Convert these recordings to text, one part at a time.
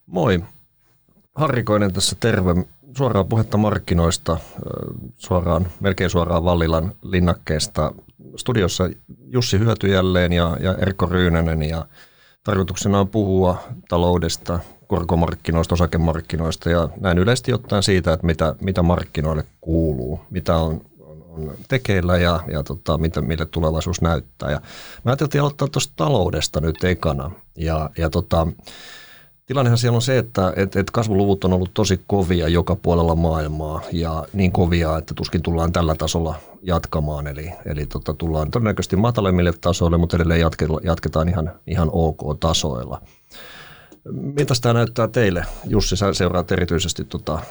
Moi. Harri Koinen tässä terve. Suoraa puhetta markkinoista, melkein suoraan Vallilan linnakkeesta. Studiossa Jussi Hyöty jälleen ja Erkko Ryynänen ja tarkoituksena on puhua taloudesta, korkomarkkinoista, osakemarkkinoista ja näin yleisesti ottaen siitä, että mitä markkinoille kuuluu, mitä on tekeillä ja mille tulevaisuus näyttää. Ja mä ajattelin aloittaa tuosta taloudesta nyt ekana. Tilannehan siellä on se, että kasvuluvut on ollut tosi kovia joka puolella maailmaa ja niin kovia, että tuskin tullaan tällä tasolla jatkamaan. Eli tullaan todennäköisesti matalemmille tasoille, mutta edelleen jatketaan ihan ok-tasoilla. Miltä tämä näyttää teille? Jussi, sä seuraat erityisesti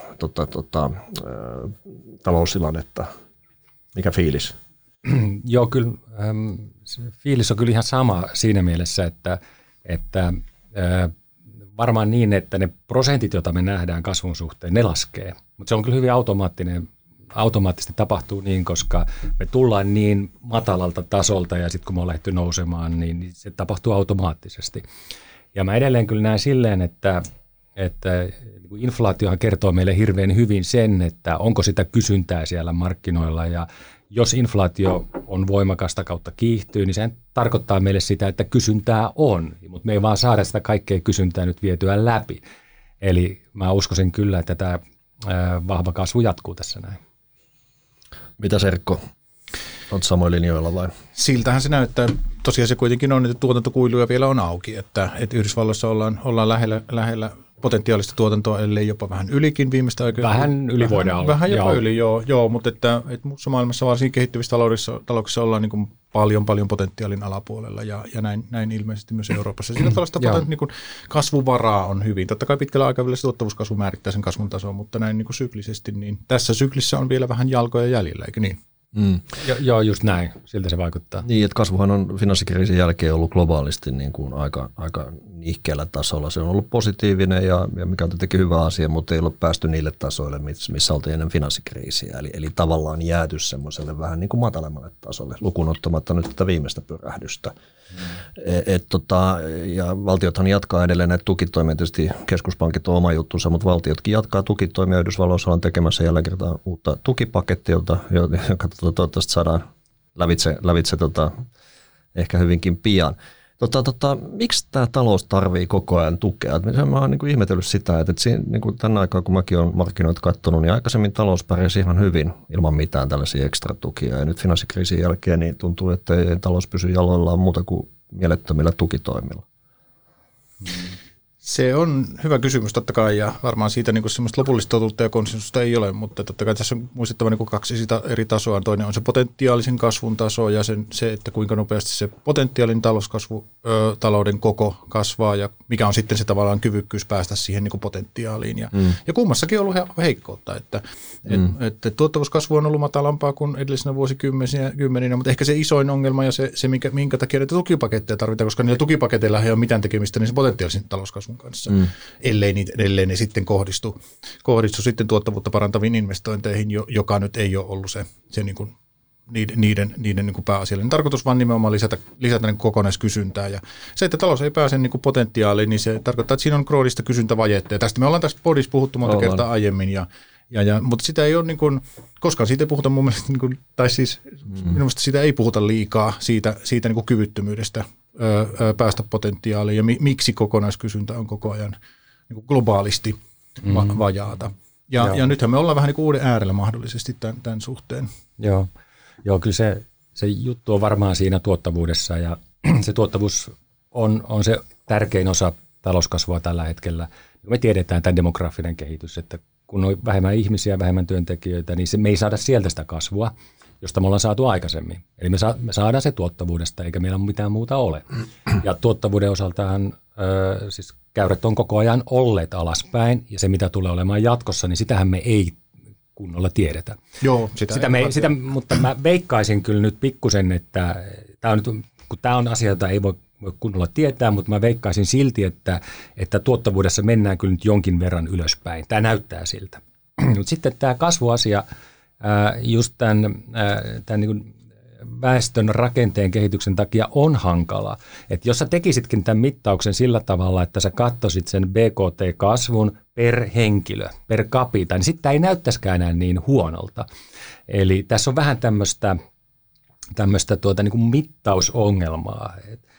taloustilannetta. Mikä fiilis? Joo, kyllä fiilis on kyllä ihan sama siinä mielessä, että varmaan niin, että ne prosentit, joita me nähdään kasvun suhteen, ne laskee. Mutta se on kyllä hyvin automaattisesti tapahtuu niin, koska me tullaan niin matalalta tasolta ja sitten kun me on lähdetty nousemaan, niin se tapahtuu automaattisesti. Ja mä edelleen kyllä näen silleen, että inflaatiohan kertoo meille hirveän hyvin sen, että onko sitä kysyntää siellä markkinoilla ja jos inflaatio on voimakasta kautta kiihtyy, niin se tarkoittaa meille sitä, että kysyntää on, mutta me ei vaan saada sitä kaikkea kysyntää nyt vietyä läpi. Eli mä uskoisin kyllä, että tämä vahva kasvu jatkuu tässä näin. Mitä Serkko? Olet samoin linjoilla vai? Siltähän se näyttää. Tosiaan se kuitenkin on, että tuotantokuiluja vielä on auki, että Yhdysvalloissa ollaan lähellä potentiaalista tuotantoa, ellei jopa vähän ylikin viimeistä aikaa. Vähän yli voidaan olla. Vähän jopa yli, joo, mutta että muussa maailmassa varsinkin kehittyvissä talouksissa ollaan niin kuin paljon potentiaalin alapuolella ja näin ilmeisesti myös Euroopassa. Siinä tällaista niin kuin kasvuvaraa on hyvin. Totta kai pitkällä aikavälillä se tuottavuuskasvu määrittää sen kasvun tasoa, mutta näin niin kuin syklisesti, niin tässä syklissä on vielä vähän jalkoja jäljellä, eikö niin? Joo, just näin. Siltä se vaikuttaa. Niin, että kasvuhan on finanssikriisin jälkeen ollut globaalisti niin kuin aika nihkeällä tasolla. Se on ollut positiivinen ja mikä on tietenkin hyvä asia, mutta ei ole päästy niille tasoille, missä oltiin ennen finanssikriisiä. Eli tavallaan jääty semmoiselle vähän niin kuin matalemmalle tasolle, lukuun ottamatta nyt tätä viimeistä pyrähdystä. Ja valtiothan jatkaa edelleen näitä tukitoimia. Tietysti keskuspankit on oma juttunsa, mutta valtiotkin jatkaa tukitoimia. Yhdysvalloissa on tekemässä jälleen kertaa uutta tukipakettia, joka toivottavasti saadaan lävitse ehkä hyvinkin pian. Miksi tämä talous tarvii koko ajan tukea? Mä oon niin ihmetellyt sitä, että niin tämän aikaa, kun mäkin olen markkinoita katsonut, niin aikaisemmin talous pärjäsi ihan hyvin ilman mitään tällaisia ekstra tukia. Ja nyt finanssikriisin jälkeen niin tuntuu, että ei talous pysy jaloillaan muuta kuin mielettömillä tukitoimilla. Se on hyvä kysymys totta kai ja varmaan siitä niin semmoista lopullista totuutta ja konsensusta ei ole, mutta totta kai tässä on muistettava niin kaksi sitä eri tasoa. Toinen on se potentiaalisen kasvun taso ja se, että kuinka nopeasti se potentiaalinen talouskasvu, talouden koko kasvaa ja mikä on sitten se tavallaan kyvykkyys päästä siihen niin potentiaaliin. Ja kummassakin on ollut heikkoutta, että tuottavuuskasvu on ollut matalampaa kuin edellisenä vuosikymmeninä, mutta ehkä se isoin ongelma ja se minkä takia näitä tukipaketteja tarvitaan, koska niillä tukipaketeilla ei ole mitään tekemistä niin se potentiaalisen talouskasvun kanssa, ellei ne sitten kohdistu sitten tuottavuutta parantaviin investointeihin, joka nyt ei ole ollut se niin kuin niiden niin kuin pääasiallinen tarkoitus, vaan nimenomaan lisätä niin kuin kokonaiskysyntää. Ja se, että talous ei pääse niin kuin potentiaaliin, niin se tarkoittaa, että siinä on kroonista kysyntävajetta. Ja tästä me ollaan tässä podissa puhuttu monta kertaa aiemmin, mutta sitä ei ole niin kuin, koskaan siitä ei puhuta mun mielestä, niin kuin, tai siis minun mielestä siitä ei puhuta liikaa siitä niin kuin kyvyttömyydestä päästä potentiaaliin ja miksi kokonaiskysyntä on koko ajan niin kuin globaalisti vajaata. Ja nythän me ollaan vähän niin kuin uuden äärellä mahdollisesti tämän suhteen. Joo, kyllä se juttu on varmaan siinä tuottavuudessa ja se tuottavuus on se tärkein osa talouskasvua tällä hetkellä. Me tiedetään tämä demografinen kehitys, että kun on vähemmän ihmisiä, vähemmän työntekijöitä, niin me ei saada sieltä sitä kasvua, josta me ollaan saatu aikaisemmin. Eli me saadaan se tuottavuudesta, eikä meillä mitään muuta ole. Ja tuottavuuden osaltahan siis käyrät on koko ajan olleet alaspäin, ja se mitä tulee olemaan jatkossa, niin sitähän me ei kunnolla tiedetä. Mutta mä veikkaisin kyllä nyt pikkusen, että tämä on asia, jota ei voi kunnolla tietää, mutta mä veikkaisin silti, että tuottavuudessa mennään kyllä nyt jonkin verran ylöspäin. Tämä näyttää siltä. Mutta sitten tämä kasvuasia, just tämän niin kuin väestön rakenteen kehityksen takia on hankala. Että jos sä tekisitkin tämän mittauksen sillä tavalla, että sä katsoisit sen BKT-kasvun per henkilö, per capita, niin sitten ei näyttäisikään enää niin huonolta. Eli tässä on vähän tämmöistä niin kuin mittausongelmaa.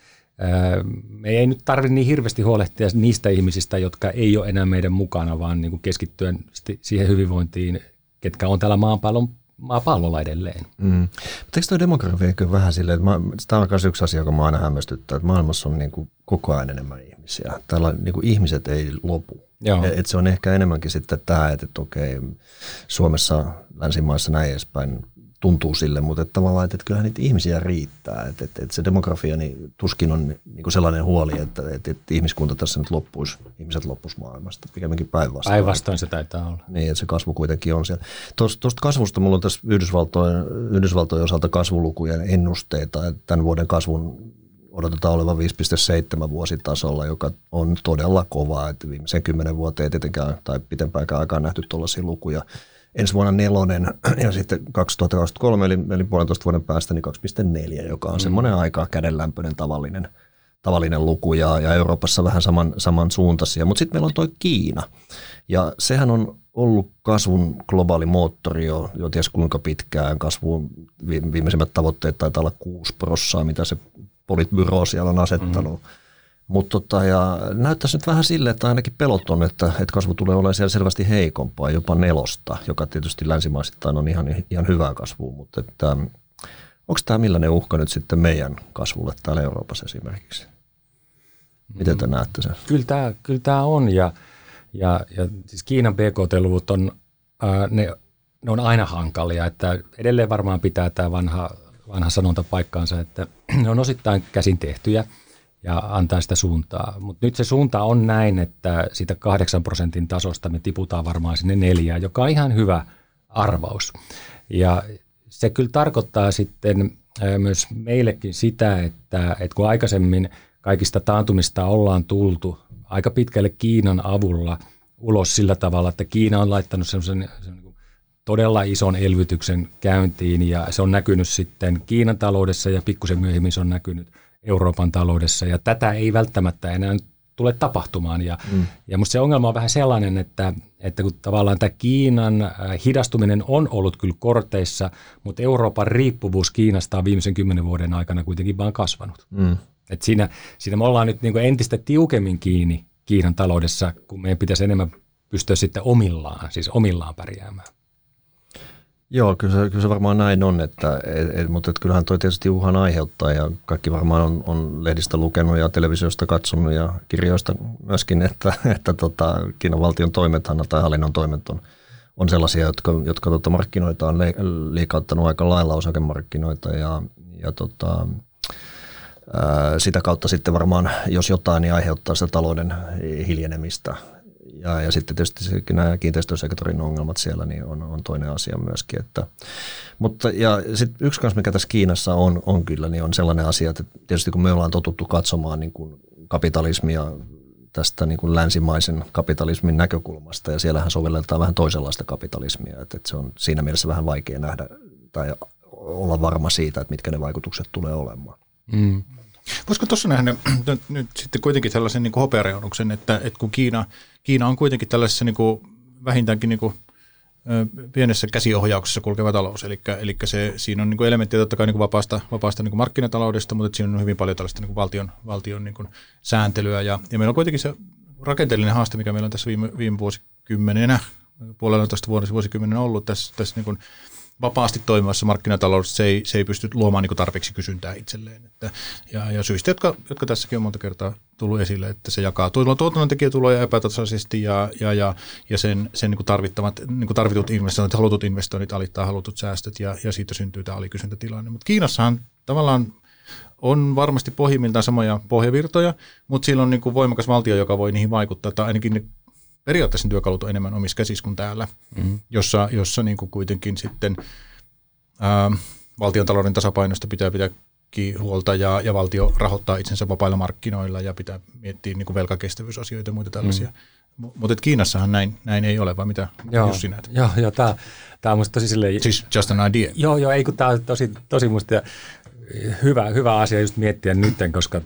Me ei nyt tarvitse niin hirveästi huolehtia niistä ihmisistä, jotka ei ole enää meidän mukana, vaan niin kuin keskittyen siihen hyvinvointiin, ketkä on täällä maapallolla edelleen. Eikö tuo demografia kyllä vähän silleen, että tämä on myös yksi asia, joka minua aina hämmästyttää, että maailmassa on niin kuin koko ajan enemmän ihmisiä. Täällä niin kuin ihmiset ei lopu. Että se on ehkä enemmänkin sitten tämä, että okei, Suomessa, länsimaissa näin edespäin tuntuu sille, mutta että tavallaan, että kyllähän niitä ihmisiä riittää. Että se demografia niin tuskin on niin kuin sellainen huoli, että ihmiskunta tässä nyt loppuisi, ihmiset loppuisi maailmasta. Pikemminkin päinvastoin. Päinvastoin se taitaa olla. Niin, että se kasvu kuitenkin on siellä. Tuosta kasvusta mulla on tässä Yhdysvaltojen osalta kasvulukujen ennusteita. Että tämän vuoden kasvun odotetaan olevan 5,7 vuositasolla, joka on todella kova. Että viimeisen 10 vuoteen ei tietenkään tai pitempäänkään aikaan nähty tuollaisia lukuja. Ensi vuonna 4 ja sitten 2023 eli 1,5 vuoden päästä niin 2,4, joka on semmoinen aika kädenlämpöinen tavallinen luku ja Euroopassa vähän samansuuntaisia. Mutta sitten meillä on toi Kiina ja sehän on ollut kasvun globaali moottori jo ties kuinka pitkään. Kasvun viimeisimmät tavoitteet taitaa olla 6%, mitä se Politbyro siellä on asettanut. Mutta ja näyttäisi nyt vähän sille, että ainakin pelot on, että kasvu tulee olemaan siellä selvästi heikompaa, jopa 4, joka tietysti länsimaisittain on ihan hyvää kasvua, mutta että, onko tämä millainen uhka nyt sitten meidän kasvulle täällä Euroopassa esimerkiksi? Miten te näette sen? Kyllä tämä on ja siis Kiinan BKT-luvut on, ne on aina hankalia, että edelleen varmaan pitää tämä vanha sanonta paikkaansa, että ne on osittain käsin tehtyjä ja antaa sitä suuntaa. Mutta nyt se suunta on näin, että siitä 8% tasosta me tiputaan varmaan sinne 4, joka on ihan hyvä arvaus. Ja se kyllä tarkoittaa sitten myös meillekin sitä, että kun aikaisemmin kaikista taantumista ollaan tultu aika pitkälle Kiinan avulla ulos sillä tavalla, että Kiina on laittanut semmoisen todella ison elvytyksen käyntiin ja se on näkynyt sitten Kiinan taloudessa ja pikkusen myöhemmin se on näkynyt Euroopan taloudessa ja tätä ei välttämättä enää tule tapahtumaan. Ja musta se ongelma on vähän sellainen, että kun tavallaan tämä Kiinan hidastuminen on ollut kyllä korteissa, mutta Euroopan riippuvuus Kiinasta on viimeisen 10 vuoden aikana kuitenkin vaan kasvanut. Et siinä me ollaan nyt niin kuin entistä tiukemmin kiinni Kiinan taloudessa, kun meidän pitäisi enemmän pystyä sitten omillaan pärjäämään. Joo, kyllä se varmaan näin on, mutta kyllähän toi tietysti uhan aiheuttaa ja kaikki varmaan on lehdistä lukenut ja televisiosta katsonut ja kirjoista myöskin, että Kiinan valtion toimethan tai hallinnon toimet on sellaisia, jotka markkinoita on liikauttanut aika lailla osakemarkkinoita ja sitä kautta sitten varmaan, jos jotain, niin aiheuttaa sitä talouden hiljenemistä. Ja sitten tietysti nämä kiinteistösektorin ongelmat siellä niin on toinen asia myöskin. Mutta sitten yksi kanssa, mikä tässä Kiinassa on kyllä, niin on sellainen asia, että tietysti kun me ollaan totuttu katsomaan niin kuin kapitalismia tästä niin kuin länsimaisen kapitalismin näkökulmasta, ja siellähän sovelletaan vähän toisenlaista kapitalismia, että se on siinä mielessä vähän vaikea nähdä tai olla varma siitä, että mitkä ne vaikutukset tulee olemaan. Voisiko tuossa nähdä nyt sitten kuitenkin sellaisen niin kuin hopeareunuksen, että kun Kiina on kuitenkin tällaisessa niin kuin vähintäänkin niin kuin pienessä käsiohjauksessa kulkeva talous, eli siinä on niin kuin elementtejä totta kai niin kuin vapaasta niin kuin markkinataloudesta, mutta siinä on hyvin paljon tällaista niin kuin valtion niin kuin sääntelyä, ja meillä on kuitenkin se rakenteellinen haaste, mikä meillä on tässä viime vuosikymmenenä, 1,5 vuosikymmenen ollut tässä niin kuin vapaasti toimivassa markkinataloudessa se ei pysty luomaan niin kuin tarpeeksi kysyntää itselleen. Ja syistä, jotka tässäkin on monta kertaa tullut esille, että se jakaa tuotannontekijätuloja epätasaisesti ja sen niin kuin tarvitut investoinnit, halutut investoinnit alittaa halutut säästöt ja siitä syntyy tämä alikysyntätilanne. Mutta Kiinassahan tavallaan on varmasti pohjimmiltaan samoja pohjavirtoja, mutta siellä on niin kuin voimakas valtio, joka voi niihin vaikuttaa, tai ainakin periaatteessa työkalut on enemmän omissa käsissä kuin täällä, jossa niin kuin kuitenkin sitten valtiontalouden tasapainosta pitää huolta ja valtio rahoittaa itsensä vapailla markkinoilla ja pitää miettiä niin kuin velkakestävyysasioita ja muita tällaisia Mutta Kiinassahan näin ei ole, vai mitä Jussi näet? Joo, tämä on musta tosi silleen... Siis just an idea. Joo, ei kun tämä on tosi musta hyvä asia just miettiä nytten, koska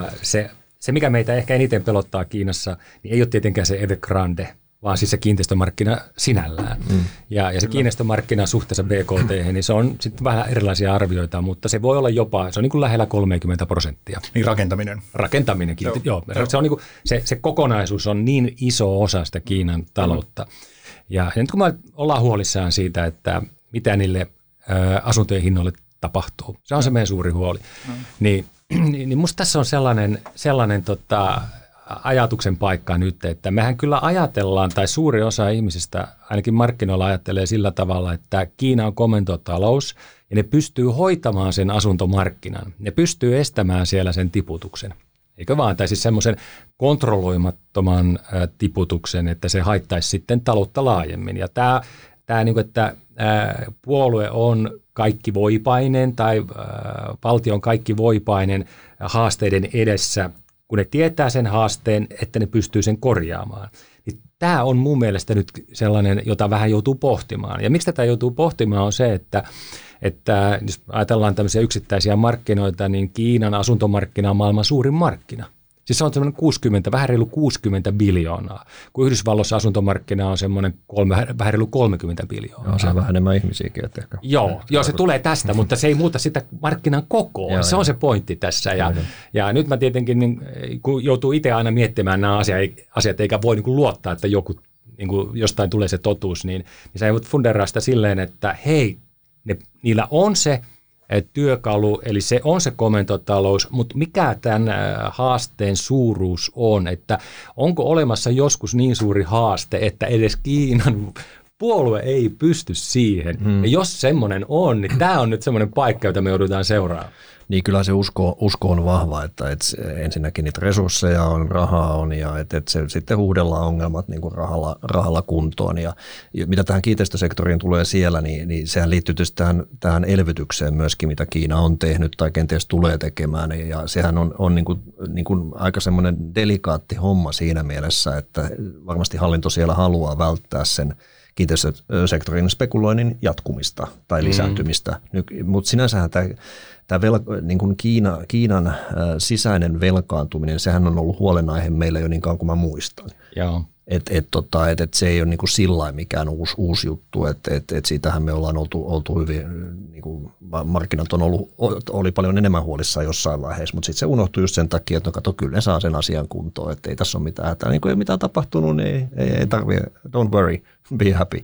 se, mikä meitä ehkä eniten pelottaa Kiinassa, niin ei ole tietenkään se Evergrande, vaan siis se kiinteistömarkkina sinällään. Ja se kiinteistömarkkina suhteessa BKT, niin se on sitten vähän erilaisia arvioita, mutta se voi olla jopa, se on niin kuin lähellä 30%. Niin rakentaminen. Rakentaminenkin, joo. Se on niin kuin, se kokonaisuus on niin iso osa sitä Kiinan taloutta. Ja nyt kun me ollaan huolissaan siitä, että mitä niille asuntojen hinnoille tapahtuu, se on se meidän suuri huoli, niin musta tässä on sellainen ajatuksen paikka nyt, että mehän kyllä ajatellaan, tai suuri osa ihmisistä ainakin markkinoilla ajattelee sillä tavalla, että Kiina on komentotalous ja ne pystyy hoitamaan sen asuntomarkkinan. Ne pystyy estämään siellä sen tiputuksen. Eikö vaan? Tai siis semmoisen kontrolloimattoman tiputuksen, että se haittaisi sitten taloutta laajemmin. Ja tämä niin kuin, että puolue on kaikkivoipainen tai valtio on kaikkivoipainen haasteiden edessä, kun ne tietää sen haasteen, että ne pystyy sen korjaamaan. Niin tämä on mun mielestä nyt sellainen, jota vähän joutuu pohtimaan. Ja miksi tätä joutuu pohtimaan on se, että jos ajatellaan tämmöisiä yksittäisiä markkinoita, niin Kiinan asuntomarkkina on maailman suurin markkina. Siis se on semmoinen vähän reilu 60 biljoonaa, kun Yhdysvalloissa asuntomarkkina on semmoinen vähän reilu 30 biljoonaa. Joo, se on vähän enemmän ihmisiäkin. Ehkä. Joo, se tulee tästä, mutta se ei muuta sitä markkinan kokoa. Se on se pointti tässä. Ja nyt mä tietenkin, niin, kun joutuu itse aina miettimään nämä asiat eikä voi niin kuin luottaa, että joku, niin kuin jostain tulee se totuus, niin sä ei voi funderaa sitä silleen, että hei, niillä on se työkalu, eli se on se komentotalous, mutta mikä tämän haasteen suuruus on, että onko olemassa joskus niin suuri haaste, että edes Kiinan puolue ei pysty siihen. Ja jos semmoinen on, niin tämä on nyt semmoinen paikka, jota me joudutaan seuraamaan. Niin kyllä se usko on vahva, että ensinnäkin niitä resursseja on, rahaa on ja että se sitten huudellaan ongelmat niin kuin rahalla kuntoon. Ja mitä tähän kiinteistösektoriin tulee siellä, niin sehän liittyy tähän elvytykseen myöskin, mitä Kiina on tehnyt tai kenties tulee tekemään. Ja sehän on niin kuin aika semmoinen delikaatti homma siinä mielessä, että varmasti hallinto siellä haluaa välttää sen kiinteistösektorin spekuloinnin jatkumista tai lisääntymistä. Mutta sinänsähän tämä niin kuin Kiinan sisäinen velkaantuminen, sehän on ollut huolenaihe meillä jo niin kauan kuin mä muistan. Joo. Et se ei ole niin kuin sillain mikään uusi juttu, että siitähän me ollaan oltu hyvin, niin kuin markkinat oli paljon enemmän huolissaan jossain vaiheessa, mutta sitten se unohtui just sen takia, että no kato, kyllä ne saa sen asian kuntoon, että ei tässä ole mitään hätää, niin kuin ei mitään tapahtunut, niin ei tarvitse, don't worry, be happy.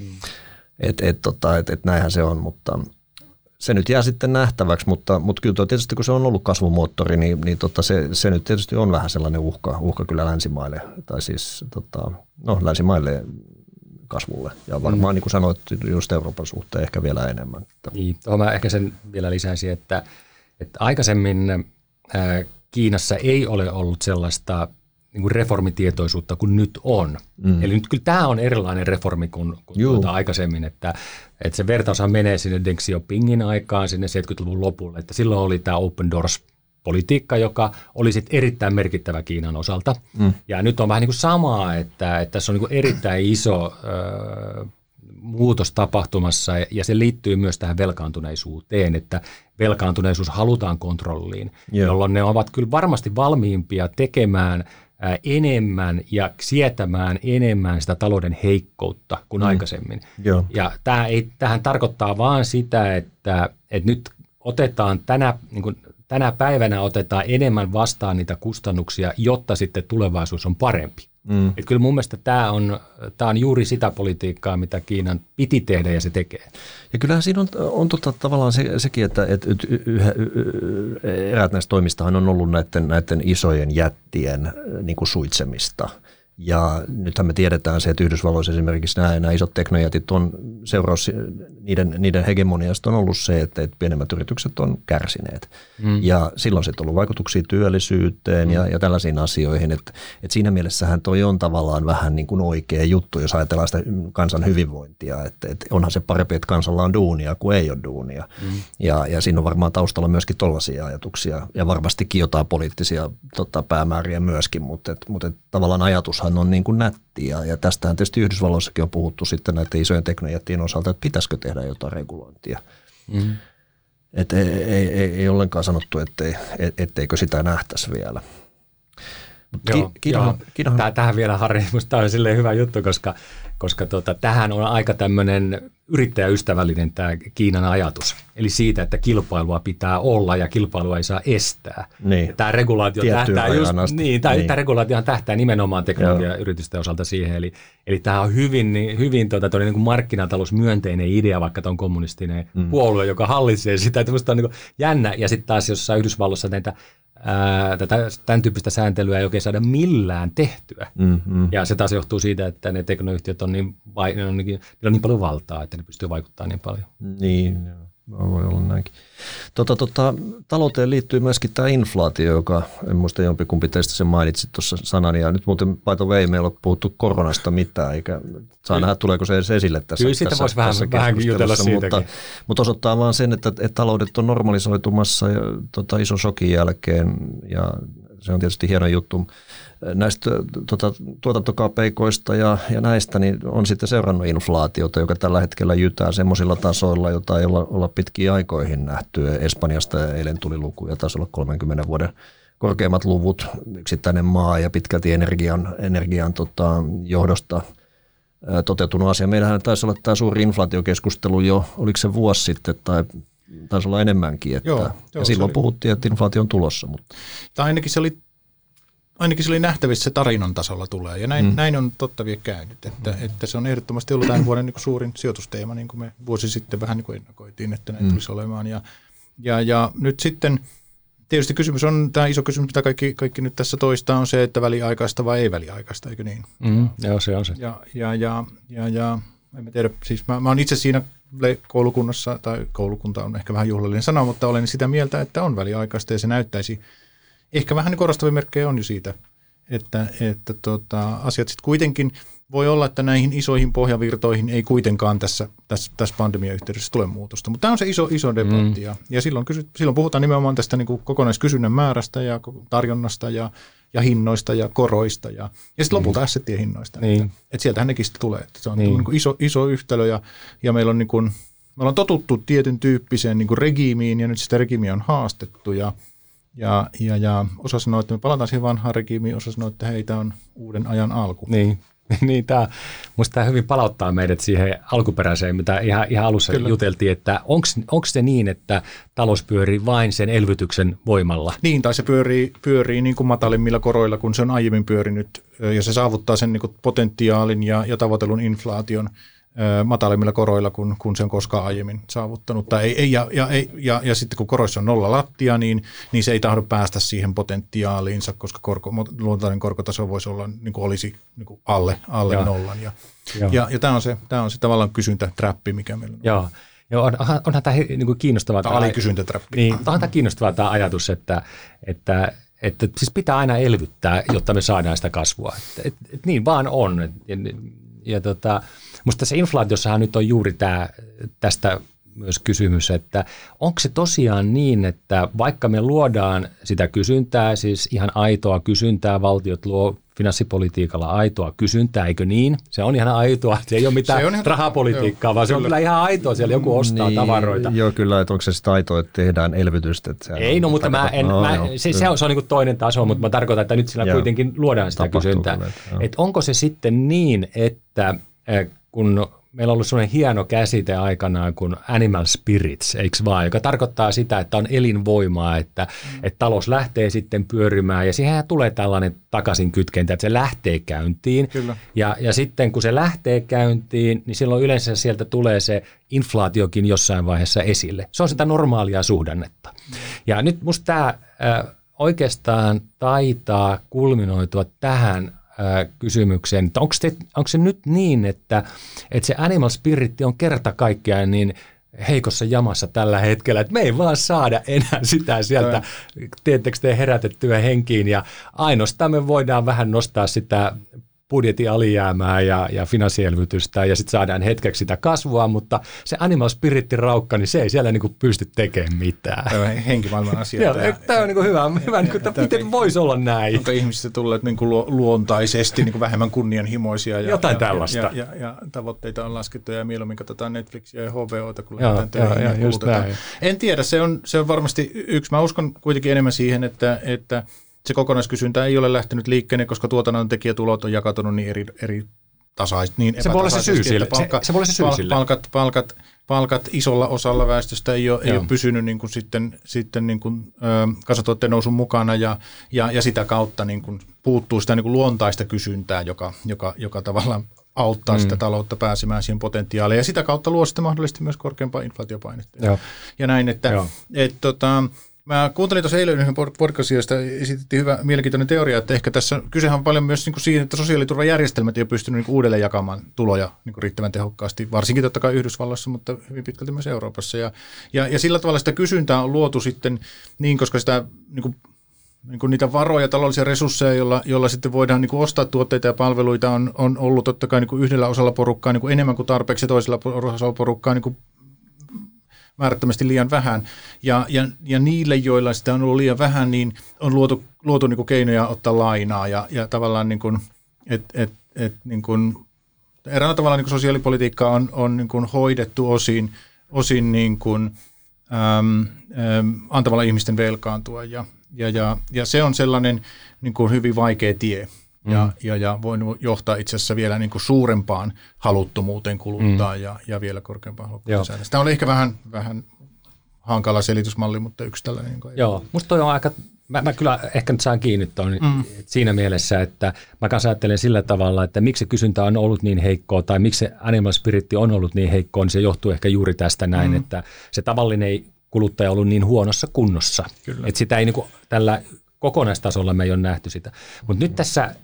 Näinhän se on, mutta se nyt jää sitten nähtäväksi, mutta kyllä tietysti kun se on ollut kasvumoottori, niin se nyt tietysti on vähän sellainen uhka kyllä länsimaille, tai siis länsimaille kasvulle. Ja varmaan niin kuin sanoit, just Euroopan suhteen ehkä vielä enemmän. Niin, mä ehkä sen vielä lisäisin, että aikaisemmin Kiinassa ei ole ollut sellaista niin kuin reformitietoisuutta kuin nyt on. Eli nyt kyllä tämä on erilainen reformi kuin aikaisemmin, että se vertaushan menee sinne Deng Xiaopingin aikaan, sinne 70-luvun lopulle, että silloin oli tämä Open Doors-politiikka, joka oli sitten erittäin merkittävä Kiinan osalta. Ja nyt on vähän niin kuin samaa, että tässä on niin kuin erittäin iso muutos tapahtumassa, ja se liittyy myös tähän velkaantuneisuuteen, että velkaantuneisuus halutaan kontrolliin, jolloin ne ovat kyllä varmasti valmiimpia tekemään enemmän ja sietämään enemmän sitä talouden heikkoutta kuin aikaisemmin. Ja tämähän tarkoittaa vaan sitä, että nyt otetaan tänä päivänä otetaan enemmän vastaan niitä kustannuksia, jotta sitten tulevaisuus on parempi. Että kyllä mun mielestä tämä on juuri sitä politiikkaa, mitä Kiinan piti tehdä ja se tekee. Ja kyllähän siinä on tavallaan sekin, että eräät näistä toimistahan on ollut näiden isojen jättien niin kuin suitsemista. Ja nythän me tiedetään se, että Yhdysvalloissa esimerkiksi nämä isot teknojätit on seuraus, niiden hegemoniasta on ollut se, että pienemmät yritykset on kärsineet. Ja silloin sitten on ollut vaikutuksia työllisyyteen ja tällaisiin asioihin, että siinä mielessähän toi on tavallaan vähän niin kuin oikea juttu, jos ajatellaan sitä kansan hyvinvointia, että onhan se parempi, että kansalla on duunia kuin ei ole duunia. Ja siinä on varmaan taustalla myöskin tollaisia ajatuksia ja varmastikin jotain poliittisia päämääriä myöskin, mutta tavallaan ajatus talous-opetushan on niin kuin nättiä. Ja tästähän tietysti Yhdysvalloissakin on puhuttu sitten näiden isojen teknojättien osalta, että pitäisikö tehdä jotain regulointia. Että ei ollenkaan sanottu, etteikö sitä nähtäisi vielä. Tähän vielä, Harri, minusta tämä on silleen hyvä juttu, koska tähän on aika tämmöinen yrittäjäystävällinen tämä Kiinan ajatus. Eli siitä, että kilpailua pitää olla ja kilpailua ei saa estää. Niin. Tämä regulaatio tähtää tämä regulaatiohan tähtää nimenomaan teknologiayritysten osalta siihen. Eli tämä on hyvin niin kuin markkinatalousmyönteinen idea, vaikka tämä on kommunistinen puolue, joka hallitsee sitä. Että minusta on niin kuin jännä. Ja sitten taas jossain Yhdysvalloissa tämän tyyppistä sääntelyä ei oikein saada millään tehtyä. Ja se taas johtuu siitä, että ne teknoyhtiöt niillä on niin paljon valtaa, että ne pystyy vaikuttamaan niin paljon. Niin, voi olla näinkin. Talouteen liittyy myöskin tämä inflaatio, joka, en muista jompikumpi teistä sen mainitsit tuossa sanani, ja nyt muuten by the way, meillä on puhuttu koronasta mitään, eikä saa nähdä, tuleeko se edes esille tässä. Kyllä siitä voisi vähän jutella siitäkin. Mutta osoittaa vaan sen, että taloudet on normalisoitumassa ja ison shokin jälkeen, ja se on tietysti hieno juttu. Näistä tuotantokaapeikoista ja näistä niin on sitten seurannut inflaatiota, joka tällä hetkellä jytää semmoisilla tasoilla, jota ei olla pitkiin aikoihin nähty. Espanjasta eilen tuli lukuja, taisi olla 30 vuoden korkeimmat luvut, yksittäinen maa ja pitkälti energian johdosta toteutunut asia. Meillähän taisi olla tämä suuri inflaatiokeskustelu jo, oliko se vuosi sitten tai taisi olla enemmänkin. Ja silloin puhuttiin, että inflaatio on tulossa. Mutta. Tai ainakin se oli nähtävissä, se tarinan tasolla tulee, ja näin on totta vielä käynyt, että se on ehdottomasti ollut tämän vuoden niin kuin suurin sijoitusteema, niin kuin me vuosi sitten vähän niin kuin ennakoitiin, että näin tulisi olemaan. Ja nyt sitten tietysti kysymys on, tämä iso kysymys, mitä kaikki nyt tässä toistaa, on se, että väliaikaista vai ei väliaikaista, eikö niin? Joo, se on se. Ja en tiedä, siis mä olen itse siinä koulukunnassa, tai koulukunta on ehkä vähän juhlallinen sana, mutta olen sitä mieltä, että on väliaikaista, ja se näyttäisi. Ehkä vähän niin korostavia merkkejä on jo siitä, että asiat sitten kuitenkin voi olla, että näihin isoihin pohjavirtoihin ei kuitenkaan tässä pandemian yhteydessä tule muutosta. Mutta tämä on se iso debatti ja silloin puhutaan nimenomaan tästä niin kuin kokonaiskysynnän määrästä ja tarjonnasta ja hinnoista ja koroista ja sitten lopulta assettien hinnoista. Niin. Että sieltähän nekin sitten tulee. Että se on niin kuin iso yhtälö ja meillä on, niin kuin, me ollaan totuttu tietyn tyyppiseen niin kuin regiimiin ja nyt sitä regiimiä on haastettu ja osa sanoo, että me palataan siihen vanhaan regiimiin, osa sanoo, että hei, tämä on uuden ajan alku. Niin musta tämä hyvin palauttaa meidät siihen alkuperäiseen, mitä ihan alussa juteltiin, että onko se niin, että talous pyörii vain sen elvytyksen voimalla? Niin, tai se pyörii niin kuin matalimmilla koroilla, kun se on aiemmin pyörinyt, ja se saavuttaa sen niin kuin potentiaalin ja tavoitellun inflaation matalimmilla koroilla, kun se on koskaan aiemmin saavuttanut. Ja sitten kun koroissa on nolla lattia, niin se ei tahdo päästä siihen potentiaaliinsa, koska luontainen korkotaso voisi olla, niin kuin olisi niin kuin alle nollan. Ja tämä on se tavallaan kysyntätrappi, mikä meillä on. Joo, onhan tämä niin kuin kiinnostavaa. Tämä alikysyntätrappi. Niin, onhan tämä kiinnostavaa tämä ajatus, että siis pitää aina elvyttää, jotta me saadaan sitä kasvua. Et niin vaan on. Musta tässä inflaatiossahan nyt on juuri tästä myös kysymys, että onko se tosiaan niin, että vaikka me luodaan sitä kysyntää, siis ihan aitoa kysyntää, valtiot luo finanssipolitiikalla aitoa kysyntää, eikö niin? Se on ihan aitoa, se ei ole mitään rahapolitiikkaa, vaan se on kyllä ihan aitoa, siellä joku ostaa tavaroita. Joo, kyllä, että onko se sitä aitoa, että tehdään elvytystä? Ei, no mutta se on niin kuin toinen taso, mutta mä tarkoitan, että nyt sillä kuitenkin luodaan sitä kysyntää. Että onko se sitten niin, että kun meillä on ollut sellainen hieno käsite aikanaan kuin animal spirits, eikö vaan, joka tarkoittaa sitä, että on elinvoimaa, että talous lähtee sitten pyörimään ja siihen tulee tällainen takaisin kytkentä, että se lähtee käyntiin. Ja sitten kun se lähtee käyntiin, niin silloin yleensä sieltä tulee se inflaatiokin jossain vaiheessa esille. Se on sitä normaalia suhdannetta. Ja nyt musta tämä oikeastaan taitaa kulminoitua tähän kysymykseen, että onko se nyt niin, että se animal spirit on kerta kaikkiaan niin heikossa jamassa tällä hetkellä, että me ei vaan saada enää sitä sieltä, tiettekö te herätettyä henkiin, ja ainoastaan me voidaan vähän nostaa sitä budjetin alijäämää ja finanssielvytystä ja sitten saadaan hetkeksi sitä kasvua, mutta se animal spiritin raukka, niin se ei siellä niin kuin pysty tekemään mitään. Tämä on henkimaailman asia. Tämä on niin kuin hyvä niin kuin, miten voisi olla näin. Onko ihmisistä tulleet niin kuin luontaisesti niin kuin vähemmän kunnianhimoisia jotain tällaista. Ja tavoitteita on laskettu ja mieluummin katsotaan Netflixiä ja HBOta, kun lähdetään töihin ja kulutetaan. En tiedä, se on varmasti yksi. Mä uskon kuitenkin enemmän siihen, että se kokonaiskysyntä ei ole lähtenyt liikkeelle, koska tuotannon tekijätulot on jakautunut niin eri tasaisesti, niin epätasaisesti, että palkat isolla osalla väestöstä ei ole pysynyt niin kuin sitten niin kuin, kansantuotteen nousun mukana ja sitä kautta niin kuin puuttuu sitä niin kuin luontaista kysyntää, joka tavallaan auttaa sitä taloutta pääsemään siihen potentiaaliin ja sitä kautta luo sitten mahdollisesti myös korkeampaa inflaatiopainetta. Ja näin, että mä kuuntelin tuossa eilen yhden podcastin, josta esitettiin hyvä mielenkiintoinen teoria, että ehkä tässä kysehän on paljon myös niin kuin siihen, että sosiaaliturvajärjestelmät ei ole pystynyt niin kuin uudelleen jakamaan tuloja niin kuin riittävän tehokkaasti, varsinkin totta kai Yhdysvalloissa, mutta hyvin pitkälti myös Euroopassa. Ja sillä tavalla sitä kysyntää on luotu sitten niin, koska sitä niin kuin niitä varoja, taloudellisia resursseja, joilla sitten voidaan niin kuin ostaa tuotteita ja palveluita, on ollut totta kai niin kuin yhdellä osalla porukkaa niin kuin enemmän kuin tarpeeksi ja toisella osalla porukkaa niin kuin määrättömästi liian vähän. Ja niille, joilla sitä on ollut liian vähän, niin on luotu niin kuin keinoja ottaa lainaa ja tavallaan niin kuin, niin kuin, eräänä tavalla niin kuin sosiaalipolitiikka on niin kuin hoidettu osin niin kuin, antamalla ihmisten velkaantua ja se on sellainen niin kuin hyvin vaikea tie. Ja voi johtaa itse asiassa vielä niin kuin suurempaan haluttomuuteen kuluttaa ja vielä korkeampaan halukkuuteen. Tämä oli ehkä vähän hankala selitysmalli, mutta yksi tällainen. Joo, musta toi on aika, mä kyllä ehkä nyt saan kiinni siinä mielessä, että mä kanssa ajattelen sillä tavalla, että miksi se kysyntä on ollut niin heikkoa tai miksi se animal spirit on ollut niin heikkoa, niin se johtuu ehkä juuri tästä näin, että se tavallinen kuluttaja on ollut niin huonossa kunnossa, että sitä ei niin kuin tällä kokonaistasolla me ei ole nähty sitä. Mutta nyt tässä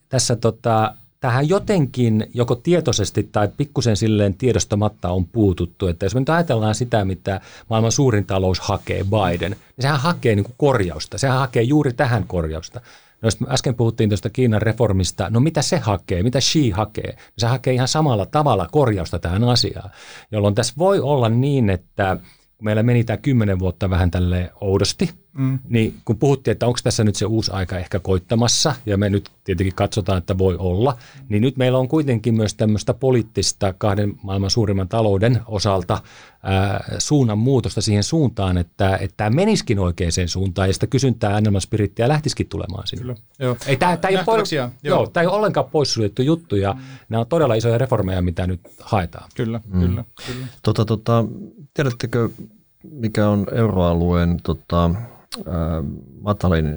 tähän jotenkin joko tietoisesti tai pikkusen silleen tiedostamatta on puututtu, että jos me nyt ajatellaan sitä, mitä maailman suurin talous hakee, Biden, niin sehän hakee niin kuin korjausta, sehän hakee juuri tähän korjausta. No, jos äsken puhuttiin tuosta Kiinan reformista, no mitä se hakee, mitä Xi hakee? Se hakee ihan samalla tavalla korjausta tähän asiaan, jolloin tässä voi olla niin, että kun meillä meni tämä 10 vuotta vähän tälleen oudosti, niin kun puhuttiin, että onko tässä nyt se uusi aika ehkä koittamassa, ja me nyt tietenkin katsotaan, että voi olla, niin nyt meillä on kuitenkin myös tämmöistä poliittista kahden maailman suurimman talouden osalta suunnan muutosta siihen suuntaan, että tämä menisikin oikeaan suuntaan, ja sitä kysyntää animal spirittiä lähtisikin tulemaan sinne. Kyllä. Joo. Tämä ei ole ollenkaan poissuljettu juttu, ja nämä on todella isoja reformeja, mitä nyt haetaan. Kyllä. Tiedättekö, mikä on euroalueen matalin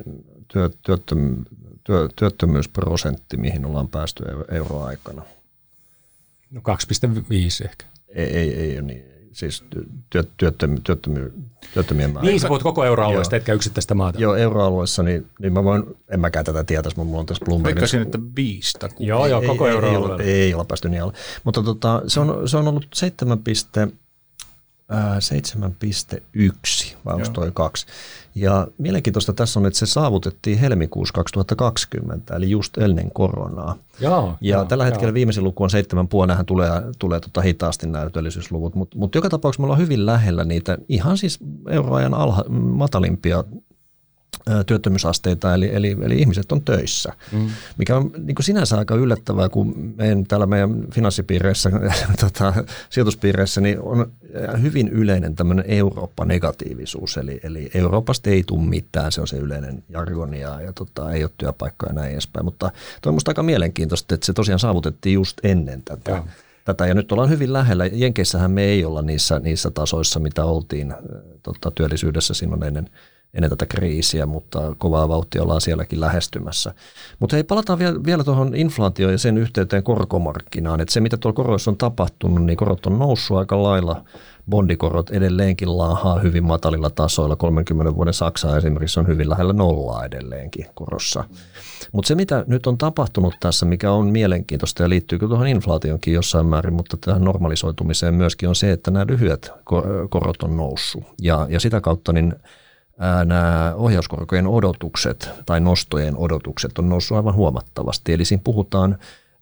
työttömyysprosentti, mihin ollaan päästy euroaikana? No 2,5 ehkä. Ei niin. Siis työttömien määrä. Niin, sä puhut koko euroalueesta, etkä yksittäistä maata. Joo, euroalueessa, niin mä voin, en mäkään tätä tietäisi, mulla on tässä Bloombergin. Veikkasin, että 5. Joo, koko euroalueella. Ei olla päästy niin alle. Mutta se on ollut 7,1 vai onko toi 2. Ja mielenkiintoista tässä on, että se saavutettiin helmikuussa 2020, eli just ennen koronaa. Tällä hetkellä viimeisin luku on 7,5, nämähän tulee hitaasti nämä työllisyysluvut, mutta joka tapauksessa me ollaan hyvin lähellä niitä ihan siis euroajan matalimpia työttömyysasteita, eli ihmiset on töissä, mikä on niin kuin sinänsä aika yllättävää, kun täällä meidän finanssipiireissä, sijoituspiireissä, niin on hyvin yleinen tämmöinen Eurooppa-negatiivisuus, eli Euroopasta ei tule mitään, se on se yleinen jargoni ja ei ole työpaikkoja ja näin edespäin, mutta tuo on musta aika mielenkiintoista, että se tosiaan saavutettiin just ennen tätä, ja nyt ollaan hyvin lähellä. Jenkeissähän me ei olla niissä tasoissa, mitä oltiin työllisyydessä silloin ennen tätä kriisiä, mutta kovaa vauhtia ollaan sielläkin lähestymässä. Mutta hei, palataan vielä tuohon inflaatioon ja sen yhteyteen korkomarkkinaan. Että se, mitä tuolla koroissa on tapahtunut, niin korot on noussut aika lailla. Bondikorot edelleenkin laahaa hyvin matalilla tasoilla. 30 vuoden Saksa esimerkiksi on hyvin lähellä nollaa edelleenkin korossa. Mutta se, mitä nyt on tapahtunut tässä, mikä on mielenkiintoista ja liittyy kyllä tuohon inflaationkin jossain määrin, mutta tähän normalisoitumiseen myöskin on se, että nämä lyhyet korot on noussut. Ja sitä kautta niin nämä ohjauskorkojen odotukset tai nostojen odotukset on noussut aivan huomattavasti. Eli siinä puhutaan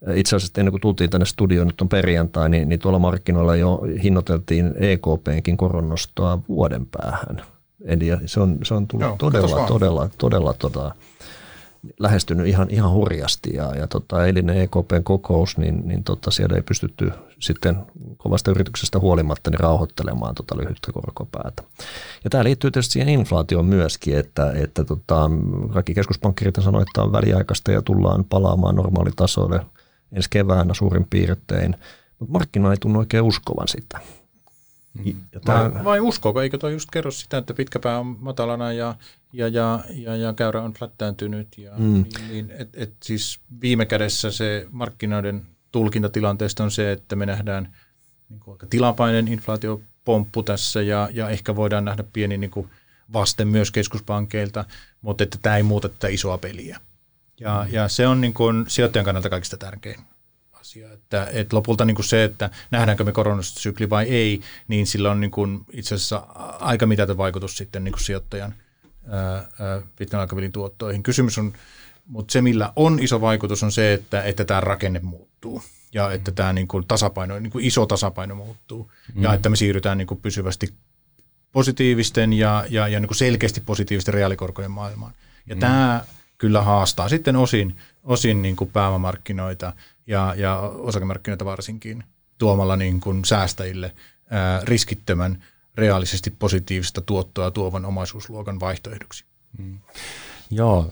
Itse asiassa ennen kuin tultiin tänne studioon, nyt on perjantai, niin tuolla markkinoilla jo hinnoiteltiin EKP:nkin koronnostoa vuoden päähän. Eli se on tullut todella lähestynyt ihan hurjasti ja eilinen EKP:n kokous, niin siellä ei pystytty sitten kovasta yrityksestä huolimatta niin rauhoittelemaan lyhyttä korkopäätä. Ja tämä liittyy tietysti siihen inflaatioon myöskin, että kaikki keskuspankkirit sanoi, että on väliaikaista ja tullaan palaamaan normaalitasoille ensi keväänä suurin piirtein, mutta markkina ei tunnu oikein uskovan sitä. Vai uskoako? Eikö toi just kerro sitä, että pitkä pää on matalana ja käyrä on flättääntynyt. Siis viime kädessä se markkinoiden tulkintatilanteesta on se, että me nähdään niin kuin aika tilapäinen inflaatiopomppu tässä ja ehkä voidaan nähdä pieni niin kuin vaste myös keskuspankeilta, mutta että tämä ei muuta tätä isoa peliä. Ja se on niin kuin sijoittajan kannalta kaikista tärkein asia, että lopulta niin kuin se, että nähdäänkö me koronasykli vai ei, niin sillä on niin kuin itse asiassa aika mitätön vaikutus sitten niin kuin sijoittajan pitkän aikavälin tuottoihin. Kysymys on, mutta se millä on iso vaikutus on se, että tämä rakenne muuttuu ja että tämä niin kuin tasapaino, niin kuin iso tasapaino muuttuu ja että me siirrytään niin kuin pysyvästi positiivisten ja niin kuin selkeästi positiivisten reaalikorkojen maailmaan. Ja tämä kyllä haastaa sitten osin niin kuin pääomamarkkinoita ja osakemarkkinoita varsinkin tuomalla niin kuin säästäjille riskittömän reaalisesti positiivista tuottoa tuovan omaisuusluokan vaihtoehdoksi. Joo,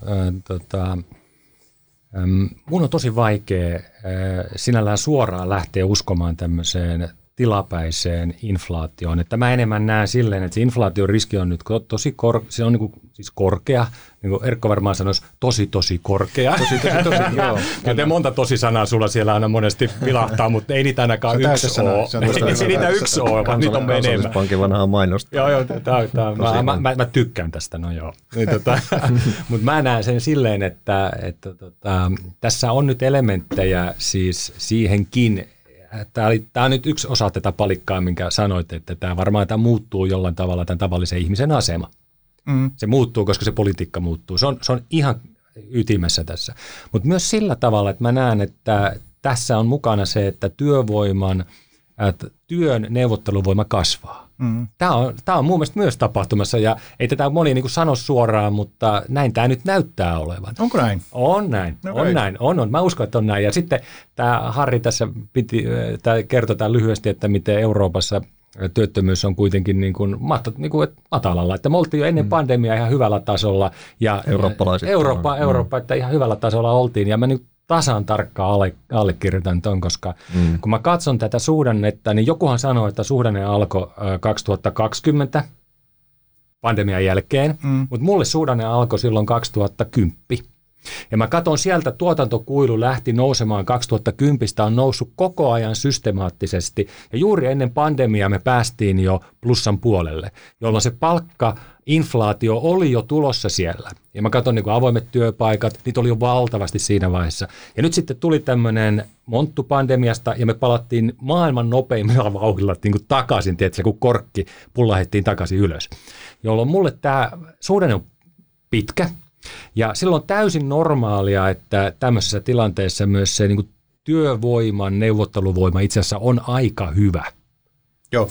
mun on tosi vaikea sinällään suoraan lähteä uskomaan tämmöiseen tilapäiseen inflaatioon. Että mä enemmän näen silleen, että se inflaation riski on nyt tosi se on siis korkea, niin kuin Erkko varmaan sanoisi, tosi korkea. Tosi, joo. Ja monta tosi-sanaa sulla siellä aina monesti vilahtaa, mutta ei niitä ainakaan yksi ole. Ei niitä yksi ole, vaan niitä on enemmän. Pankin vanhaa mainosta. Joo, mä tykkään tästä, no joo. Mutta mä näen sen silleen, että tässä on nyt elementtejä siis siihenkin. Tämä on nyt yksi osa tätä palikkaa, minkä sanoit, että tämä muuttuu jollain tavalla tämän tavallisen ihmisen asema. Se muuttuu, koska se politiikka muuttuu. Se on ihan ytimessä tässä. Mutta myös sillä tavalla, että mä näen, että tässä on mukana se, että työn neuvotteluvoima kasvaa. Tämä on mun mielestä myös tapahtumassa, ja ei tätä moni niin kuin sano suoraan, mutta näin tämä nyt näyttää olevan. Onko näin? On näin, on. Mä uskon, että on näin. Ja sitten tämä Harri tässä kertoi tämän lyhyesti, että miten Euroopassa työttömyys on kuitenkin niin kuin matalalla. Että me oltiin jo ennen pandemiaa ihan hyvällä tasolla. Ja Eurooppa, että ihan hyvällä tasolla oltiin. Ja mä nyt tasan tarkkaan allekirjoitan ton, koska kun mä katson tätä suhdannetta, niin jokuhan sanoi, että suhdanne alkoi 2020 pandemian jälkeen, mutta mulle suhdanne alkoi silloin 2010. Ja mä katson sieltä, tuotantokuilu lähti nousemaan 2010, on noussut koko ajan systemaattisesti. Ja juuri ennen pandemiaa me päästiin jo plussan puolelle, jolloin se palkkainflaatio oli jo tulossa siellä. Ja mä katson niin kuin avoimet työpaikat, niitä oli jo valtavasti siinä vaiheessa. Ja nyt sitten tuli tämmöinen monttu pandemiasta ja me palattiin maailman nopeimmilla vauhdilla niin kuin takaisin, tietysti, kun korkki pullahettiin takaisin ylös. Jolloin mulle tämä suhdanne on pitkä. Ja silloin on täysin normaalia, että tämmöisessä tilanteessa myös se niin kuin työvoiman neuvotteluvoima itse asiassa on aika hyvä. Joo.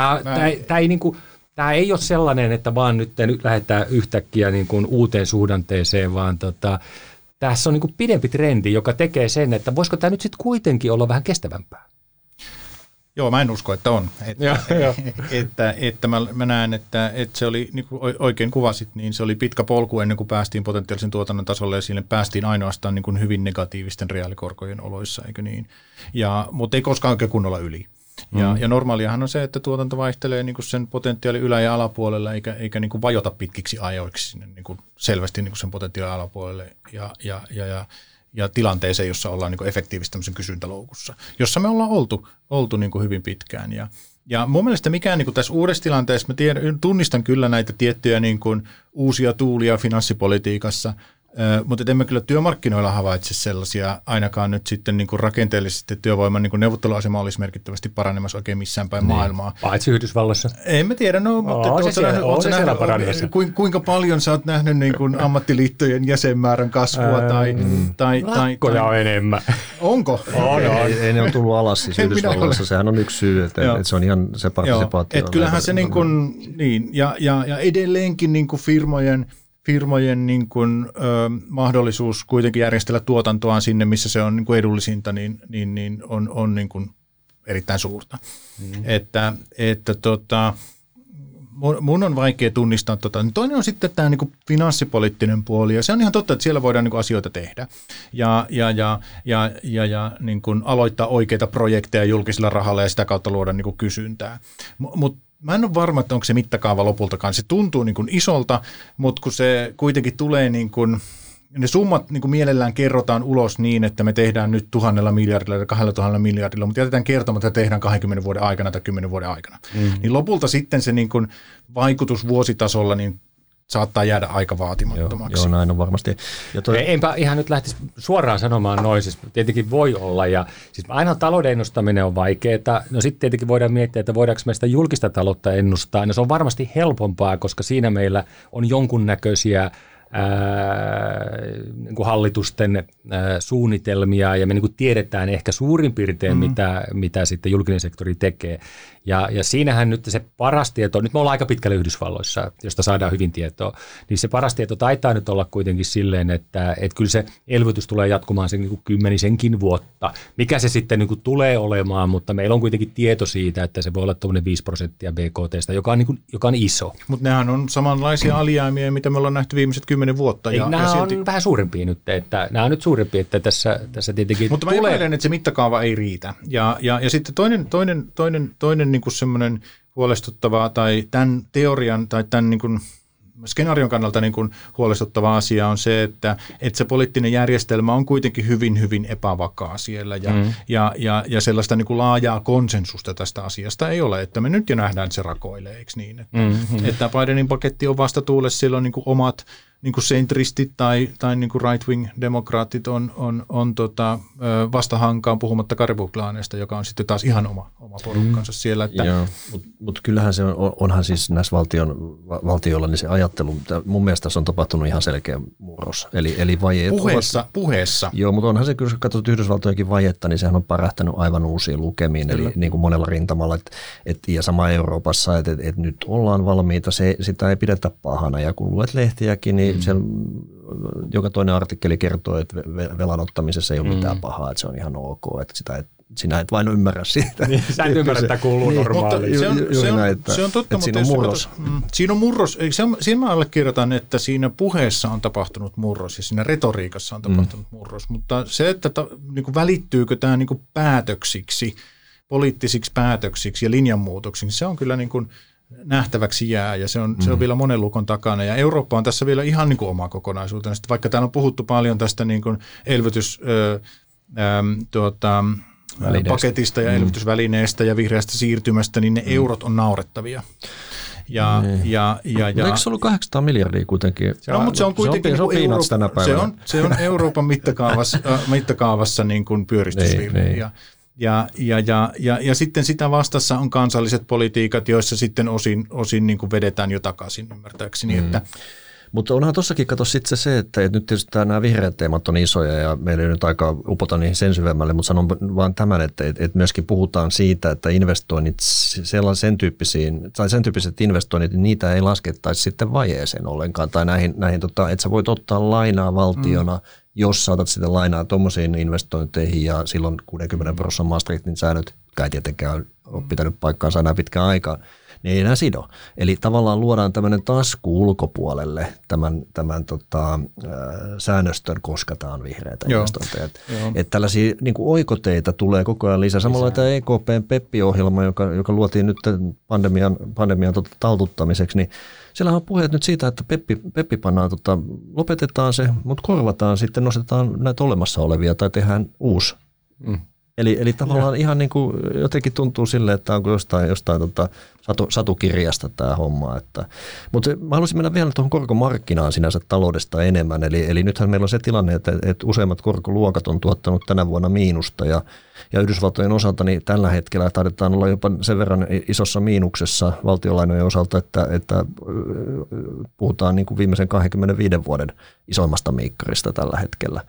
Tämä ei ole sellainen, että vaan nyt lähdetään yhtäkkiä niin kuin uuteen suhdanteeseen, vaan tässä on niin kuin pidempi trendi, joka tekee sen, että voisiko tämä nyt sitten kuitenkin olla vähän kestävämpää. Joo, mä en usko, että on. Että mä näen, että se oli, niin kuin oikein kuvasit, niin se oli pitkä polku ennen kuin päästiin potentiaalisen tuotannon tasolle ja sille päästiin ainoastaan niin kuin hyvin negatiivisten reaalikorkojen oloissa, eikö niin? Mutta ei koskaan oikein kunnolla yli. Ja normaaliahan on se, että tuotanto vaihtelee niin kuin sen potentiaalin ylä- ja alapuolella eikä niin kuin vajota pitkiksi ajoiksi sinne niin kuin selvästi niin kuin sen potentiaalin alapuolelle ja tilanteeseen, jossa ollaan niin kuin efektiivisesti tämmöisen kysyntäloukussa, jossa me ollaan oltu niin kuin hyvin pitkään. Ja mun mielestä mikään niin kuin tässä uudessa tilanteessa, tunnistan kyllä näitä tiettyjä niin kuin uusia tuulia finanssipolitiikassa, Mutta emme kyllä työmarkkinoilla havaitse sellaisia, ainakaan nyt sitten niin kuin rakenteellisesti työvoiman niin kuin neuvotteluasema olisi merkittävästi paranemassa oikein missään päin maailmaa. Paitsi Yhdysvalloissa. En mä tiedä, mutta kuinka paljon sä oot nähnyt niin kuin ammattiliittojen jäsenmäärän kasvua tai lakkoja on enemmän. Onko? Ei ne ole tullut alas siis Yhdysvalloissa, sehän on yksi syy, että se on ihan se partisipaatio. Että kyllähän se niin kuin, niin, ja edelleenkin niin kuin firmojen niin kuin, mahdollisuus kuitenkin järjestellä tuotantoaan sinne, missä se on niin kuin edullisinta, niin on niin kuin erittäin suurta. Mun on vaikea tunnistaa. Toinen on sitten tämä niin kuin finanssipoliittinen puoli, ja se on ihan totta, että siellä voidaan niin kuin asioita tehdä ja niin kuin aloittaa oikeita projekteja julkisella rahalla ja sitä kautta luoda niin kuin kysyntää. Mutta mä en ole varma, että onko se mittakaava lopultakaan. Se tuntuu niin kuin isolta, mutta kun se kuitenkin tulee niin kuin, ne summat niin kuin mielellään kerrotaan ulos niin, että me tehdään nyt 1 000 miljardilla ja 2 000 miljardilla, mutta jätetään kertomatta, että tehdään 20 vuoden aikana tai 10 vuoden aikana. Niin lopulta sitten se niin kuin vaikutus vuositasolla niin saattaa jäädä aika vaatimattomaksi. Joo, näin on varmasti. Enpä ihan nyt lähtisi suoraan sanomaan noin, siis tietenkin voi olla, ja siis aina talouden ennustaminen on vaikeaa. No sitten tietenkin voidaan miettiä, että voidaanko me sitä julkista taloutta ennustaa. No se on varmasti helpompaa, koska siinä meillä on jonkunnäköisiä niin kuin hallitusten suunnitelmia, ja me niin kuin tiedetään ehkä suurin piirtein, mitä sitten julkinen sektori tekee. Ja siinähän nyt se paras tieto, nyt me ollaan aika pitkälle Yhdysvalloissa, josta saadaan hyvin tietoa, niin se paras tieto taitaa nyt olla kuitenkin silleen, että kyllä se elvytys tulee jatkumaan sen niin kuin 10 vuotta. Mikä se sitten niin kuin tulee olemaan, mutta meillä on kuitenkin tieto siitä, että se voi olla tuommoinen 5% BKT:stä, joka on iso. Mutta nehän on samanlaisia alijäämiä, mitä me ollaan nähty viimeiset 10 vuotta. Nämä on vähän suurempia nyt, että nämä on nyt suurempia, että tässä tietenkin mutta tulee. Mutta mä epäilen, että se mittakaava ei riitä. Ja sitten toinen niin kuin semmoinen huolestuttava tai tämän teorian tai tämän niin kuin skenaarion kannalta niin kuin huolestuttava asia on se, että se poliittinen järjestelmä on kuitenkin hyvin, hyvin epävakaa siellä ja sellaista niin kuin laajaa konsensusta tästä asiasta ei ole, että me nyt jo nähdään, että se rakoilee, eikö niin? Että Bidenin paketti on vastatuulessa, siellä on niin kuin omat niin kuin sentristit tai niin kuin right-wing-demokraatit on vastahankaan, puhumatta republikaaneista, joka on sitten taas ihan oma porukkansa siellä. Että mutta kyllähän se onhan siis näissä valtioilla niin se ajattelu, mun mielestä se on tapahtunut ihan selkeä murros. Eli vajeet puheessa. Joo, mutta onhan se, kun katsot Yhdysvaltojenkin vajetta, niin sehän on pärähtänyt aivan uusiin lukemiin, kyllä. Eli niin kuin monella rintamalla, ja sama Euroopassa, että nyt ollaan valmiita, sitä ei pidetä pahana, ja kun luet lehtiäkin, niin siellä joka toinen artikkeli kertoo, että velan ottamisessa ei ole mitään pahaa, että se on ihan ok, että sinä et vain ymmärrä siitä. Niin, sä et ymmärrä, että kuuluu normaaliin. Se on totta, mutta siinä on murros. Siinä mä allekirjoitan, että siinä puheessa on tapahtunut murros ja siinä retoriikassa on tapahtunut murros, mutta se, että niin kuin välittyykö tämä niin kuin päätöksiksi, poliittisiksi päätöksiksi ja linjanmuutoksiksi, se on kyllä niin kuin nähtäväksi jää ja se on vielä monen lukon takana ja Eurooppa on tässä vielä ihan niin kuin oma kokonaisuutena. Sitten vaikka täällä on puhuttu paljon tästä niin kuin paketista ja elvytysvälineestä ja vihreästä siirtymästä, niin ne eurot on naurettavia. Eikö se ollut 800 miljardia kuitenkin? Mutta se on kuitenkin se on Euroopan mittakaavassa niin kuin pyöristysvirhe. Ja sitten sitä vastassa on kansalliset politiikat, joissa sitten osin niin kuin vedetään jo takaisin ymmärtääkseni. Mutta onhan tuossakin kato sitten se, että nyt tietysti nämä vihreät teemat on isoja ja meillä ei nyt aika upota niihin sen syvemmälle, mutta sanon vaan tämän, että myöskin puhutaan siitä, että investoinnit sen tyyppiset investoinnit, niin niitä ei laskettaisi sitten vajeeseen ollenkaan tai näihin että sä voit ottaa lainaa valtiona, jos saatat sitten lainaa tuommoisiin investointeihin ja silloin 60% Maastrichtin säännöt, jotka ei tietenkään ole pitänyt paikkaansa enää pitkään aikaa, niin ei enää sido. Eli tavallaan luodaan tämmöinen tasku ulkopuolelle tämän säännöstön, koska tämä on vihreitä investointeja. Että tällaisia niin kuin oikoteita tulee koko ajan lisää. Samalla tämä EKPn PEPP-ohjelma, joka luotiin nyt pandemian taltuttamiseksi, niin siellä on puheet nyt siitä, että Peppi pannaan, lopetetaan se, mutta korvataan sitten, nostetaan näitä olemassa olevia tai tehdään uusi Eli tavallaan ihan niin kuin jotenkin tuntuu silleen, että onko jostain satukirjasta tämä homma. Mutta mä haluaisin mennä vielä tuohon korkomarkkinaan sinänsä taloudesta enemmän. Eli nythän meillä on se tilanne, että useimmat korkoluokat on tuottanut tänä vuonna miinusta ja Yhdysvaltojen osalta niin tällä hetkellä taidetaan olla jopa sen verran isossa miinuksessa valtiolainojen osalta, että puhutaan niin kuin viimeisen 25 vuoden isoimmasta miikkarista tällä hetkellä.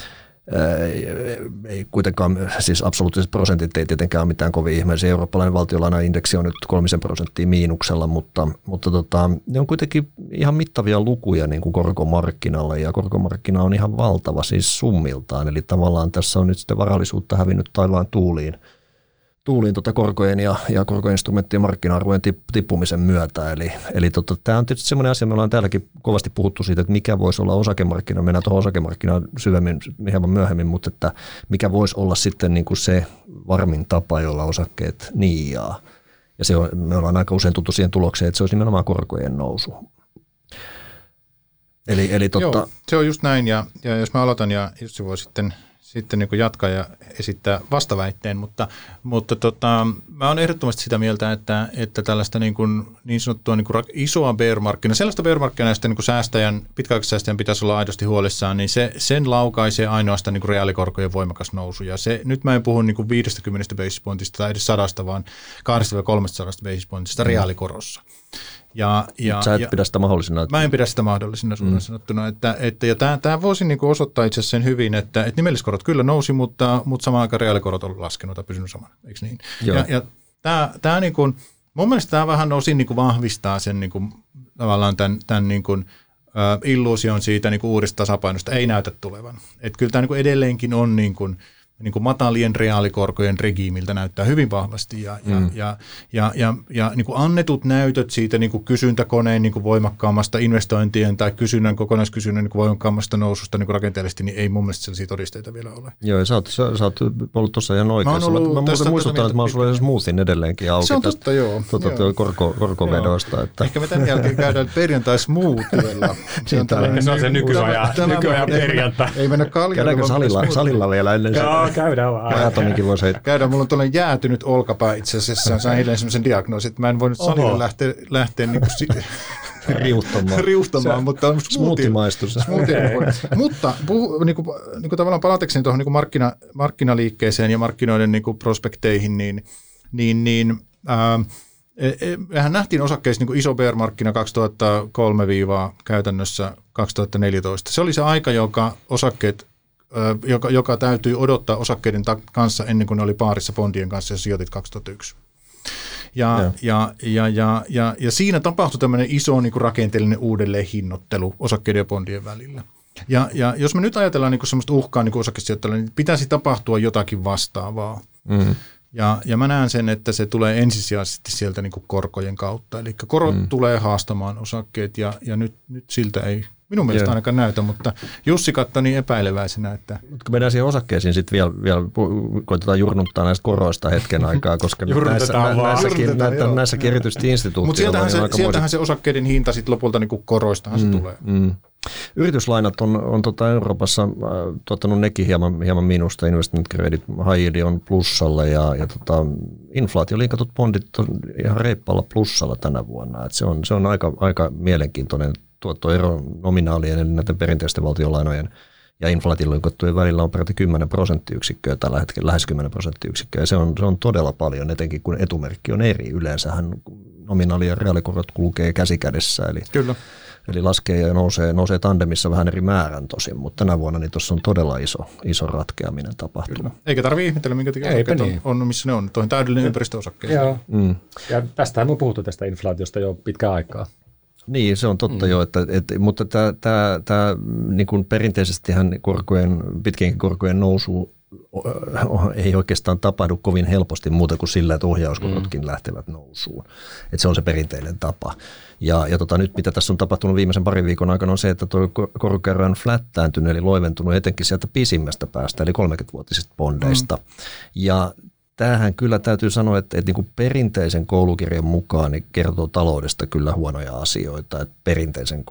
Ei kuitenkaan, siis absoluuttiset prosentit ei tietenkään ole mitään kovin ihmeellisiä. Eurooppalainen valtiolainaindeksi on nyt 3% miinuksella, mutta ne on kuitenkin ihan mittavia lukuja niin kuin korkomarkkinalla, ja korkomarkkina on ihan valtava siis summiltaan. Eli tavallaan tässä on nyt sitten varallisuutta hävinnyt taivaan tuuliin korkojen ja korkoinstrumenttien markkina-arvojen tippumisen myötä. Eli tämä on tietysti semmoinen asia, me ollaan täälläkin kovasti puhuttu siitä, että mikä voisi olla osakemarkkina. Mennään tuohon osakemarkkinaan syvemmin hieman myöhemmin, mutta että mikä voisi olla sitten niin kuin se varmin tapa, jolla osakkeet niiaa. Ja me ollaan aika usein tultu siihen tulokseen, että se olisi nimenomaan korkojen nousu. Joo, se on just näin, ja jos mä aloitan ja Jussi voi sitten niin kuin jatkaa ja esittää vastaväitteen, mutta mä oon ehdottomasti sitä mieltä, että tällaista niin sanottua niin kuin isoa bear-markkinaa, sellaista bear-markkinaa, josta niin säästäjän, pitkäaikaissäästäjän pitäisi olla aidosti huolissaan, niin sen laukaisee ainoastaan niin kuin reaalikorkojen voimakas nousu. Ja nyt mä en puhu niin kuin 50 basis pointista tai edes 100, vaan 200-300 basis pointista reaalikorossa. Sä et pidä sitä mahdollisena. Mä en pidä sitä mahdollisena suoraan sanottuna. Ja tämä voisi niin kuin osoittaa itse asiassa sen hyvin, että nimelliskorot kyllä nousi, mutta samaan aikaan reaalikorot on laskenut tai pysynyt samana, eikö niin? Ja tämä niin kuin, mun mielestä tämä vähän osin niin kuin vahvistaa sen niin kuin, tavallaan tämän niin kuin, illuusion siitä niin kuin uudesta tasapainosta ei näytä tulevan. Että kyllä tämä niin kuin edelleenkin on niin kuin matalien reaalikorkojen regiimiltä näyttää hyvin vahvasti ja niin kuin annetut näytöt siitä niin kuin kysyntäkoneen niin kuin voimakkaammasta investointien tai kokonaiskysynnän niin kuin voimakkaammasta noususta niin kuin rakenteellisesti, niin ei mun mielestä sellaisia todisteita vielä ole. Joo, sä oot ollut tuossa ihan oikeassa. Mä muistutan, että mä oon sulle smoothin edelleenkin auki. Se on totta, joo. Korkovedosta. Että. Ehkä me tämän jälkeen käydään perjantai-smoothilla. Se on se nykyajan perjantai. Ei mennä kaljalle. Käydäänkö salilla vielä ennen sitä? Käydään vaan. Käydään. Mulla on tuollainen jäätynyt olkapää itse asiassa. Sain eilen semmoisen diagnoosin, että mä en voinut salille lähteä niin kuin riuhtamaan, mutta on smoothie-maistus. Mutta niin kuin tavallaan palatakseni tuohon niin markkinaliikkeeseen ja markkinoiden niin kuin prospekteihin, niin mehän nähtiin osakkeissa niin kuin iso bear-markkina 2003 käytännössä 2014. Se oli se aika, joka täytyy odottaa osakkeiden kanssa ennen kuin ne oli paarissa bondien kanssa ja sijoitit 2001. Ja siinä tapahtui tämmöinen iso niin kuin rakenteellinen uudelleenhinnoittelu osakkeiden ja bondien välillä. Ja jos me nyt ajatellaan niin kuin semmoista uhkaa niin kuin osakesijoittajalla, niin pitäisi tapahtua jotakin vastaavaa. Mm-hmm. Ja mä näen sen, että se tulee ensisijaisesti sieltä niin kuin korkojen kautta. Eli korot tulee haastamaan osakkeet ja nyt siltä ei minun mielestä ainakaan näytä, mutta Jussi katsoi niin epäileväisenä, että. Mutta mennään siihen osakkeisiin sitten vielä koitetaan jurnuttaa näistä koroista hetken aikaa, koska näissäkin erityisesti instituutioilla on aika sieltähän se osakkeiden hinta sitten lopulta niin kuin koroistahan se tulee. Yrityslainat on Euroopassa tuottanut nekin hieman miinusta, investment credit, high yield on plussalla ja inflaatiolinkatut bondit on ihan reippaalla plussalla tänä vuonna. Et se on aika mielenkiintoinen tuottoero nominaalien eli näiden perinteisten valtionlainojen ja inflaatiolinkattujen välillä on peräti 10% tällä hetkellä, lähes 10%. Ja se on todella paljon, etenkin kun etumerkki on eri. Yleensähän nominaali- ja reaalikorot kulkee käsikädessä, eli laskee ja nousee tandemissa vähän eri määrän tosin, mutta tänä vuonna niin tuossa on todella iso ratkeaminen tapahtunut. Kyllä. Eikä tarvitse ihmetellä, minkä takia osakkeet on, missä ne on. Tuo on täydellinen ympäristöosakkeet. Joo. Ja tästähän on puhuttu tästä inflaatiosta jo pitkään aikaa. Niin, se on totta jo, mutta tämä niin kuin perinteisestihän pitkienkin korkojen nousu ei oikeastaan tapahdu kovin helposti muuta kuin sillä, että ohjauskorotkin lähtevät nousuun. Että se on se perinteinen tapa. Ja nyt mitä tässä on tapahtunut viimeisen parin viikon aikana on se, että tuo korkokerro on flättääntynyt eli loiventunut etenkin sieltä pisimmästä päästä eli 30-vuotisista bondeista. Ja tämähän kyllä täytyy sanoa, että niin kuin perinteisen koulukirjan mukaan niin kertoo taloudesta kyllä huonoja asioita, että perinteisen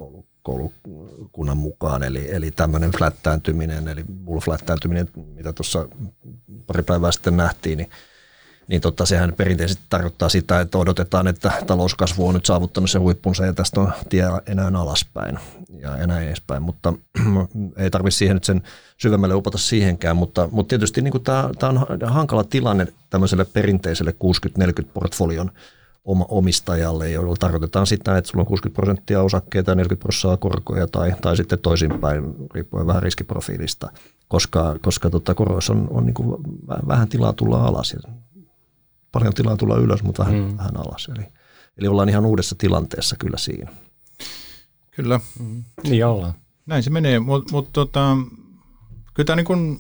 korkeakoulukunnan mukaan, eli tämmöinen flättääntyminen, eli bull-flättääntyminen, mitä tuossa pari päivää sitten nähtiin, niin sehän perinteisesti tarkoittaa sitä, että odotetaan, että talouskasvu on nyt saavuttanut sen huippunsa ja tästä on tie enää alaspäin ja enää edespäin, mutta ei tarvitse siihen nyt sen syvemmälle upota siihenkään, mutta tietysti niin tämä on hankala tilanne tämmöiselle perinteiselle 60-40 portfolion omistajalle, joilla tarkoitetaan sitä, että sulla on 60% osakkeita ja 40% korkoja tai sitten toisinpäin, riippuen vähän riskiprofiilista, koska koroissa on niin kuin vähän tilaa tulla alas ja paljon tilaa tulla ylös, mutta vähän alas. Eli ollaan ihan uudessa tilanteessa kyllä siinä. Kyllä. Niin ollaan. Näin se menee, mutta kyllä tämä niin kuin,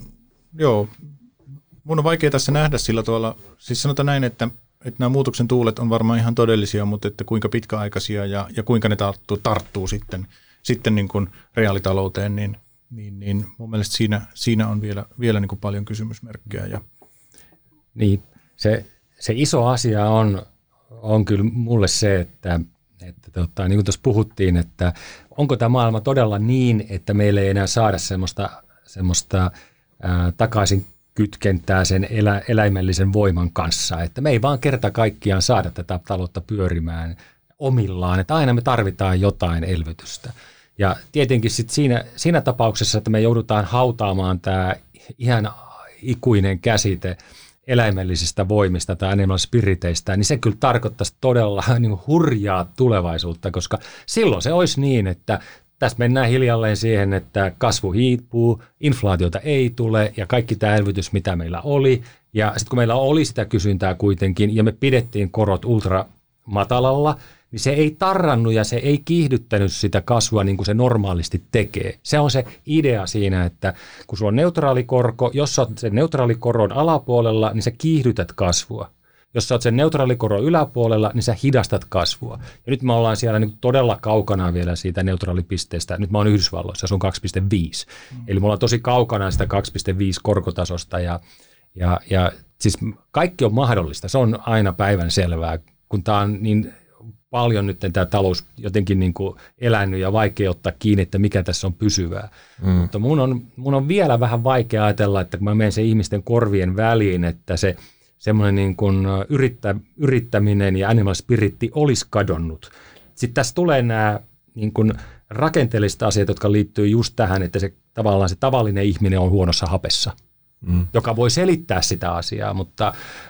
mun on vaikea tässä nähdä sillä tavalla, siis sanotaan näin, että nämä muutoksen tuulet on varmaan ihan todellisia, mutta että kuinka pitkäaikaisia ja kuinka ne tarttuu sitten niin kuin reaalitalouteen, niin mun mielestä siinä on vielä niin kuin paljon kysymysmerkkejä. Niin, se iso asia on kyllä mulle se, että niin kuin tuossa puhuttiin, että onko tämä maailma todella niin, että meillä ei enää saada semmoista takaisin kytkentää sen eläimellisen voiman kanssa, että me ei vaan kerta kaikkiaan saada tätä taloutta pyörimään omillaan, että aina me tarvitaan jotain elvytystä. Ja tietenkin sitten siinä tapauksessa, että me joudutaan hautaamaan tämä ihan ikuinen käsite eläimellisistä voimista tai animal spiriteistä, niin se kyllä tarkoittaisi todella niin hurjaa tulevaisuutta, koska silloin se olisi niin, että tässä mennään hiljalleen siihen, että kasvu hiipuu, inflaatiota ei tule ja kaikki tämä elvytys, mitä meillä oli. Ja sitten kun meillä oli sitä kysyntää kuitenkin ja me pidettiin korot ultra matalalla, niin se ei tarrannut ja se ei kiihdyttänyt sitä kasvua niin kuin se normaalisti tekee. Se on se idea siinä, että kun sulla on neutraali korko, jos sä oot sen neutraalikoron alapuolella, niin sä kiihdytät kasvua. Jos sä oot sen neutraalikoron yläpuolella, niin sä hidastat kasvua. Ja nyt me ollaan siellä niin todella kaukana vielä siitä neutraalipisteestä. Nyt mä oon Yhdysvalloissa, se on 2,5. Eli me ollaan tosi kaukana sitä 2,5 korkotasosta ja siis kaikki on mahdollista. Se on aina päivän selvää, kun tää on niin paljon nyt tämä talous jotenkin niin kuin elänyt ja vaikea ottaa kiinni, että mikä tässä on pysyvää. Mutta mun on vielä vähän vaikea ajatella, että kun mä menen se ihmisten korvien väliin, että se semmoinen niin kuin yrittäminen ja animal spiritti olisi kadonnut. Sitten tässä tulee nämä niin kuin rakenteelliset asiat, jotka liittyy just tähän, että se tavallaan se tavallinen ihminen on huonossa hapessa, joka voi selittää sitä asiaa, mutta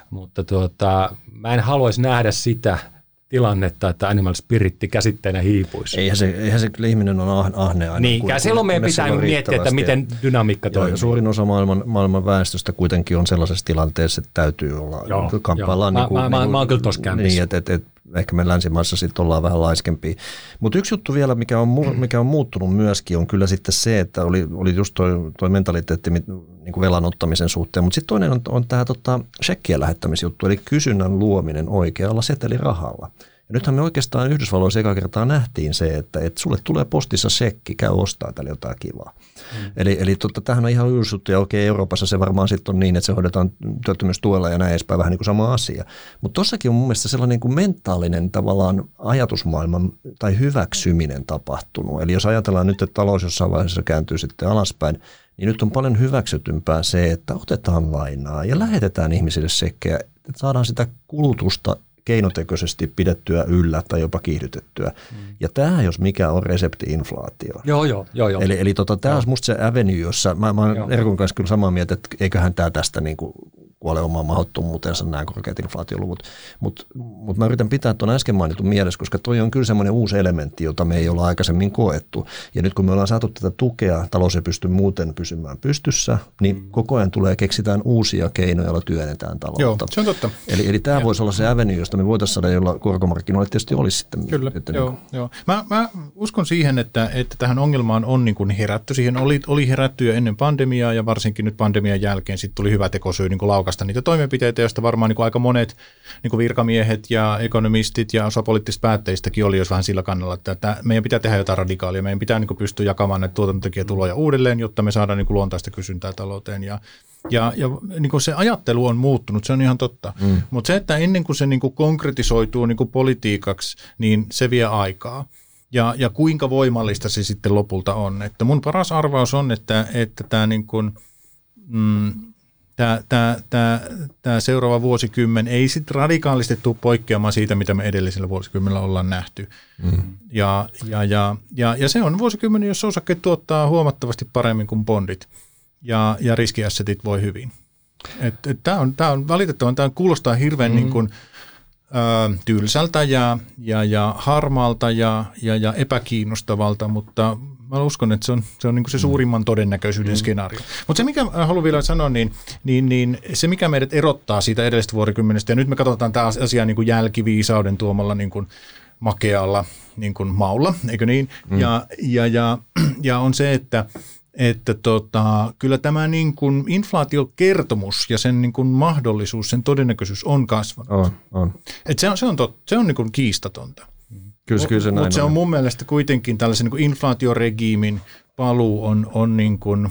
mä en haluaisi nähdä sitä tilannetta, että animal spiritti käsitteenä hiipuisi. Eihän se ihminen on ahne aina. Niin, silloin meidän pitää miettiä, että miten dynamiikka toimii. Suurin osa maailman väestöstä kuitenkin on sellaisessa tilanteessa, että täytyy olla. Kamppaillaan. Mä oon kyllä tuossa käynnissä. Niin, ehkä me länsimaissa sitten ollaan vähän laiskempia. Mutta yksi juttu vielä, mikä on muuttunut myöskin, on kyllä sitten se, että oli just toi mentaliteetti niin kuin velan ottamisen suhteen, mutta sitten toinen on tämä shekkien lähettämisjuttu, eli kysynnän luominen oikealla setelirahalla. Ja nythän me oikeastaan Yhdysvalloissa eka kertaa nähtiin se, että sulle tulee postissa shekki, käy ostaa täällä jotain kivaa. Eli tämähän on ihan uusi juttu, ja okei, Euroopassa se varmaan sitten on niin, että se hoidetaan työttömyystuella ja näin edespäin, vähän niin kuin sama asia. Mutta tossakin on mun mielestä sellainen niin kuin mentaalinen tavallaan ajatusmaailman tai hyväksyminen tapahtunut. Eli jos ajatellaan nyt, että talous jossain vaiheessa kääntyy sitten alaspäin, niin nyt on paljon hyväksytympää se, että otetaan lainaa ja lähetetään ihmisille shekkejä, että saadaan sitä kulutusta keinotekoisesti pidettyä yllä tai jopa kiihdytettyä. Ja tämä, jos mikä, on resepti inflaatioon. Joo. Eli tämä olisi musta se avenue, jossa mä oon Erkun kanssa kyllä samaa mieltä, että eiköhän tämä tästä niinku kuole omaan mahdottomuutensa nämä korkeat inflaatioluvut. Mutta mä yritän pitää tuon äsken mainitun mielessä, koska toi on kyllä semmoinen uusi elementti, jota me ei olla aikaisemmin koettu. Ja nyt kun me ollaan saatu tätä tukea, talous ei pysty muuten pysymään pystyssä, niin koko ajan keksitään uusia keinoja, joilla työnnetään taloutta. Joo, se on totta. Eli tämä voisi olla se avenue, josta me voitaisiin saada, jolla korkomarkkinoille tietysti olisi sitten. Kyllä, joo. Mä uskon siihen, että tähän ongelmaan on niin kuin herätty. Siihen oli herätty jo ennen pandemiaa ja varsinkin nyt pandemian jälkeen sitten tuli hyvä tekosyy niin kuin laukasta niitä toimenpiteitä, joista varmaan niin kuin aika monet niin kuin virkamiehet ja ekonomistit ja osa poliittisista päättäjistäkin oli jos vähän sillä kannalla, että meidän pitää tehdä jotain radikaalia. Meidän pitää niin kuin pystyä jakamaan näitä tuotantotekijätuloja uudelleen, jotta me saadaan niin kuin luontaista kysyntää talouteen. Ja niin kuin se ajattelu on muuttunut, se on ihan totta. Mutta se, että ennen kuin se niin kuin konkretisoituu niin kuin politiikaksi, niin se vie aikaa. ja kuinka voimallista se sitten lopulta on. Että mun paras arvaus on, että tämä niin kuin, tämä seuraava vuosikymmen ei sitten radikaalisti tule poikkeamaan siitä, mitä me edellisellä vuosikymmenellä ollaan nähty. Ja se on vuosikymmeni, jossa osakkeet tuottaa huomattavasti paremmin kuin bondit ja riskiassetit voi hyvin. Tämä on valitettavan, tämä kuulostaa hirveän niin kuin, tylsältä ja harmaalta ja epäkiinnostavalta, mutta mä uskon, että se on niin kuin se suurimman todennäköisyyden skenaario. Mutta se, mikä haluan vielä sanoa, niin se, mikä meidät erottaa siitä edellisestä vuosikymmenestä, ja nyt me katsotaan tämä asia niin kuin jälkiviisauden tuomalla niin kuin makealla niin kuin maulla, eikö niin? Ja on se, että kyllä tämä niin kuin inflaatiokertomus ja sen niin kuin mahdollisuus, sen todennäköisyys on kasvanut. On. Se on niin kuin kiistatonta. Kyllä se näin Mutta se on mun mielestä kuitenkin tällaisen niin kuin inflaatioregiimin paluu niin kuin,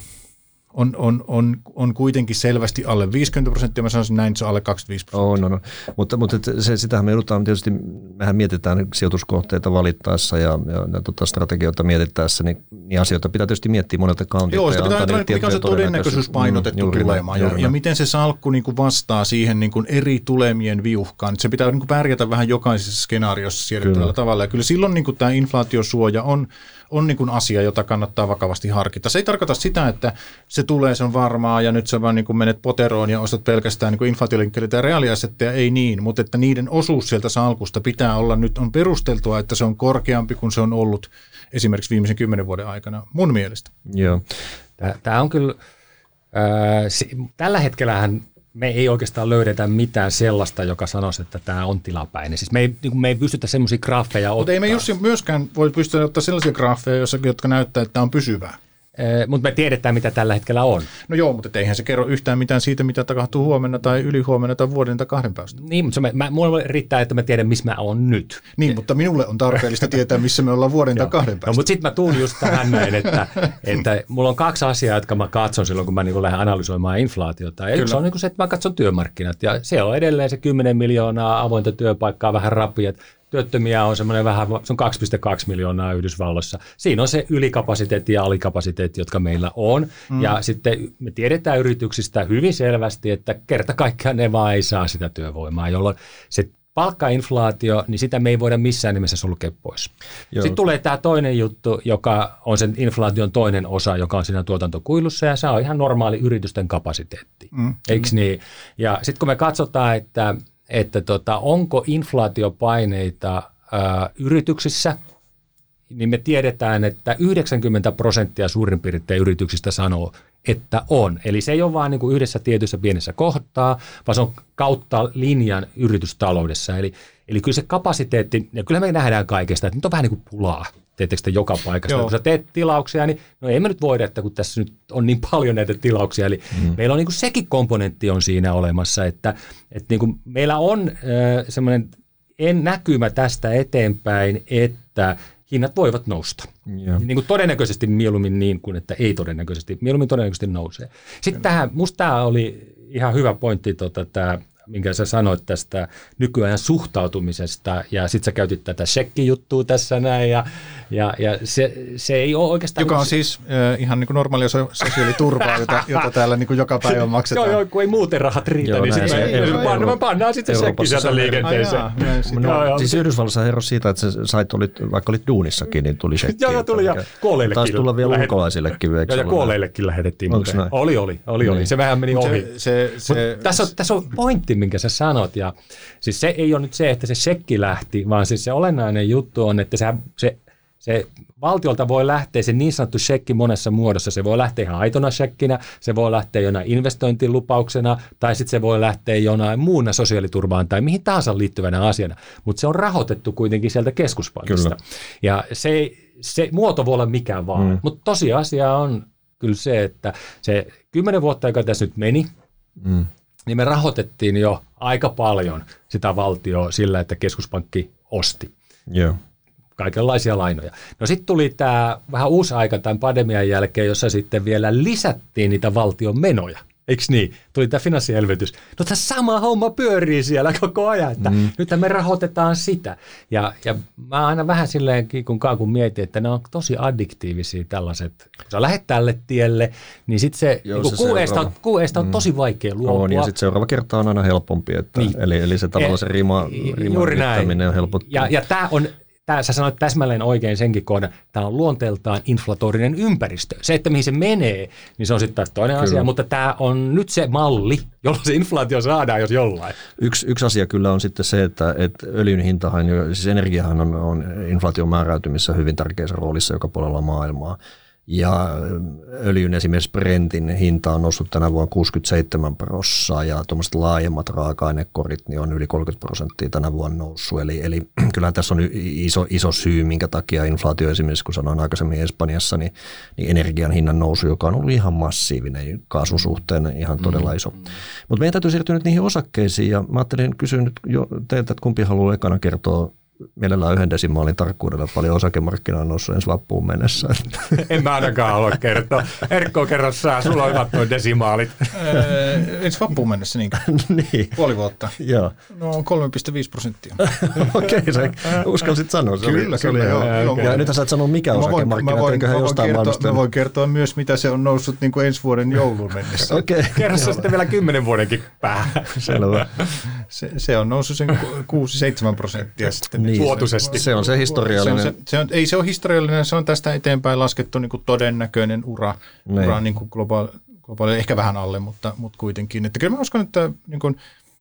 on kuitenkin selvästi alle 50%, mä sanoisin näin, että se on alle 25%. On. Mutta sitähän me joudutaan tietysti, mehän mietitään sijoituskohteita valittaessa ja strategioita mietittäessä, niin asioita pitää tietysti miettiä monelta kantilta. Joo, sitä pitää ajatella, mikä on se todennäköisyys painotettu tulemaan ja miten se salkku niin kuin vastaa siihen niin kuin eri tulemien viuhkaan. Se pitää niin kuin pärjätä vähän jokaisessa skenaariossa siedettävällä tavalla ja kyllä silloin niin kuin tämä inflaatiosuoja on niin kuin asia, jota kannattaa vakavasti harkita. Se ei tarkoita sitä, että se tulee, se on varmaa ja nyt sä vaan niin kuin menet poteroon ja ostat pelkästään niin kuin inflaatiolinkkeitä ja reaaliassetteja, ei niin, mutta että niiden osuus sieltä salkusta pitää olla, nyt on perusteltua, että se on korkeampi kuin se on ollut esimerkiksi viimeisen 10 vuoden aikana, mun mielestä. Joo. Tämä on kyllä, tällä hetkellähän me ei oikeastaan löydetä mitään sellaista, joka sanoisi, että tämä on tilapäinen. Siis me ei pystytä semmoisia graafeja ottaa. Mutta ei me Jussi myöskään voi pystyä ottaa sellaisia graafeja, jotka näyttää, että tämä on pysyvää. Mutta me tiedetään, mitä tällä hetkellä on. No joo, mutta eihän se kerro yhtään mitään siitä, mitä tapahtuu huomenna tai ylihuomenna tai vuoden tai 2 päästä. Niin, mutta mulle riittää, että mä tiedän, missä mä oon nyt. Niin, mutta minulle on tarpeellista tietää, missä me ollaan vuoden tai 2 päästä. No, mutta sitten mä tuun just tähän näin, että mulla on 2 asiaa, jotka mä katson silloin, kun mä niin lähden analysoimaan inflaatiota. Ja yksi on niin se, että mä katson työmarkkinat. Ja siellä on edelleen se 10 miljoonaa avointa työpaikkaa, vähän rapia. Työttömiä on semmoinen vähän, se on 2,2 miljoonaa Yhdysvalloissa. Siinä on se ylikapasiteetti ja alikapasiteetti, jotka meillä on. Ja sitten me tiedetään yrityksistä hyvin selvästi, että kerta kaikkiaan ne vaan ei saa sitä työvoimaa, jolloin se palkkainflaatio, niin sitä me ei voida missään nimessä sulkea pois. Joo. Sitten tulee tämä toinen juttu, joka on sen inflaation toinen osa, joka on siinä tuotantokuilussa, ja se on ihan normaali yritysten kapasiteetti. Eikö niin? Ja sitten kun me katsotaan, että onko inflaatiopaineita yrityksissä, niin me tiedetään, että 90% suurin piirtein yrityksistä sanoo, että on. Eli se ei ole vaan niin kuin yhdessä tietyssä pienessä kohtaa, vaan se on kautta linjan yritystaloudessa. Eli kyllä se kapasiteetti, ja kyllä me nähdään kaikesta, että nyt on vähän niin kuin pulaa. Teettekö te joka paikasta? Kun sä teet tilauksia, niin no ei me nyt voida, että kun tässä nyt on niin paljon näitä tilauksia. Eli meillä on niin kuin sekin komponentti on siinä olemassa, että niin kuin meillä on semmoinen näkymä tästä eteenpäin, että hinnat voivat nousta. Niin kuin todennäköisesti mieluummin niin kuin, että ei todennäköisesti. Mieluummin todennäköisesti nousee. Sitten tähän, musta tämä oli ihan hyvä pointti, tämä minkä sä sanoit tästä nykyajan suhtautumisesta, ja sitten sä käytit tätä shekkijuttua tässä näin, ja se ei ole oikeastaan... Joka on siis ihan niin kuin normaalia sosiaaliturvaa, jota täällä niin kuin joka päivä maksetaan. Joo, kun ei muuten rahat riitä, niin sitten me pannaan sitten shekki sieltä liikenteeseen. Siis Yhdysvalloissa ero siitä, että vaikka olit duunissakin, niin tuli shekki. Joo, tuli, ja kuolleillekin. Taisi tulla vielä ulkolaisillekin. Ja kuolleillekin lähetettiin. Oli. Se vähän meni ohi. Tässä on pointti, minkä sä sanot, ja siis se ei ole nyt se, että se shekki lähti, vaan siis se olennainen juttu on, että se valtiolta voi lähteä se niin sanottu shekki monessa muodossa. Se voi lähteä ihan aitona shekkinä, se voi lähteä jonain investointilupauksena, tai sitten se voi lähteä jonain muuna sosiaaliturvaan tai mihin tahansa liittyvänä asiana, mutta se on rahoitettu kuitenkin sieltä keskuspankista. Kyllä. Ja se muoto voi olla mikä vaan, mutta tosiasia on kyllä se, että se 10 vuotta, joka tässä nyt meni, niin me rahoitettiin jo aika paljon sitä valtioa sillä, että keskuspankki osti. Yeah. Kaikenlaisia lainoja. No sitten tuli tämä vähän uusi aika tämän pandemian jälkeen, jossa sitten vielä lisättiin niitä valtion menoja. Eikö niin? Tuli tämä finanssielvytys. No tämä sama homma pyörii siellä koko ajan, että nythän me rahoitetaan sitä. Ja mä aina vähän silleen kun mietin, että ne on tosi addiktiivisia tällaiset. Kun sä lähdet tälle tielle, niin sitten se QEsta on tosi vaikea luopua. On, ja sitten seuraava kerta on aina helpompi. Että, niin. eli se tavallaan se rima yrittäminen on helpottu. Ja tämä on... Sä sanoit täsmälleen oikein senkin kohdan, tämä on luonteeltaan inflatorinen ympäristö. Se, että mihin se menee, niin se on sitten taas toinen asia, mutta tämä on nyt se malli, jolla se inflaatio saadaan, jos jollain. Yksi asia kyllä on sitten se, että öljyn hintahan, siis energiahan on inflaation määräytymissä hyvin tärkeässä roolissa joka puolella maailmaa. Ja öljyn esimerkiksi Brentin hinta on noussut tänä vuonna 67% ja tuommoiset laajemmat raaka-ainekorit niin on yli 30% tänä vuonna noussut. Eli kyllähän tässä on iso syy, minkä takia inflaatio esimerkiksi, kun sanoin aikaisemmin Espanjassa, niin energian hinnan nousu, joka on ollut ihan massiivinen kaasun suhteen, ihan todella iso. Mutta meidän täytyy siirtyä nyt niihin osakkeisiin ja mä ajattelin kysyä nyt jo teiltä, että kumpi haluaa ekana kertoa mielellään 1 desimaalin tarkkuudella paljon osakemarkkinaa on noussut ensi loppuun mennessä. En mä ainakaan halua kertoa. Erkko, kerro sä, sulla on hyvät noin desimaalit. Ensi loppuun mennessä niinkö? Niin. Puoli vuotta. Joo. No 3,5%. Okei, sä uskalsit sanoa. Kyllä, joo. Ja nyt sä et sanoa mikä osakemarkkina, eiköhän jostain maailmasta. Mä voin kertoa myös, mitä se on noussut niin kuin ensi vuoden jouluun mennessä. Okei. Kerro se sitten vielä 10 vuodenkin päähän. Selvä. Se on noussut sen 6-7% sitten. Niin, vuotuisesti. Se on se historiallinen. Ei se ole historiallinen, se on tästä eteenpäin laskettu niin kuin todennäköinen ura niin kuin globaali, ehkä vähän alle, mutta kuitenkin. Että kyllä mä uskon, että niin kuin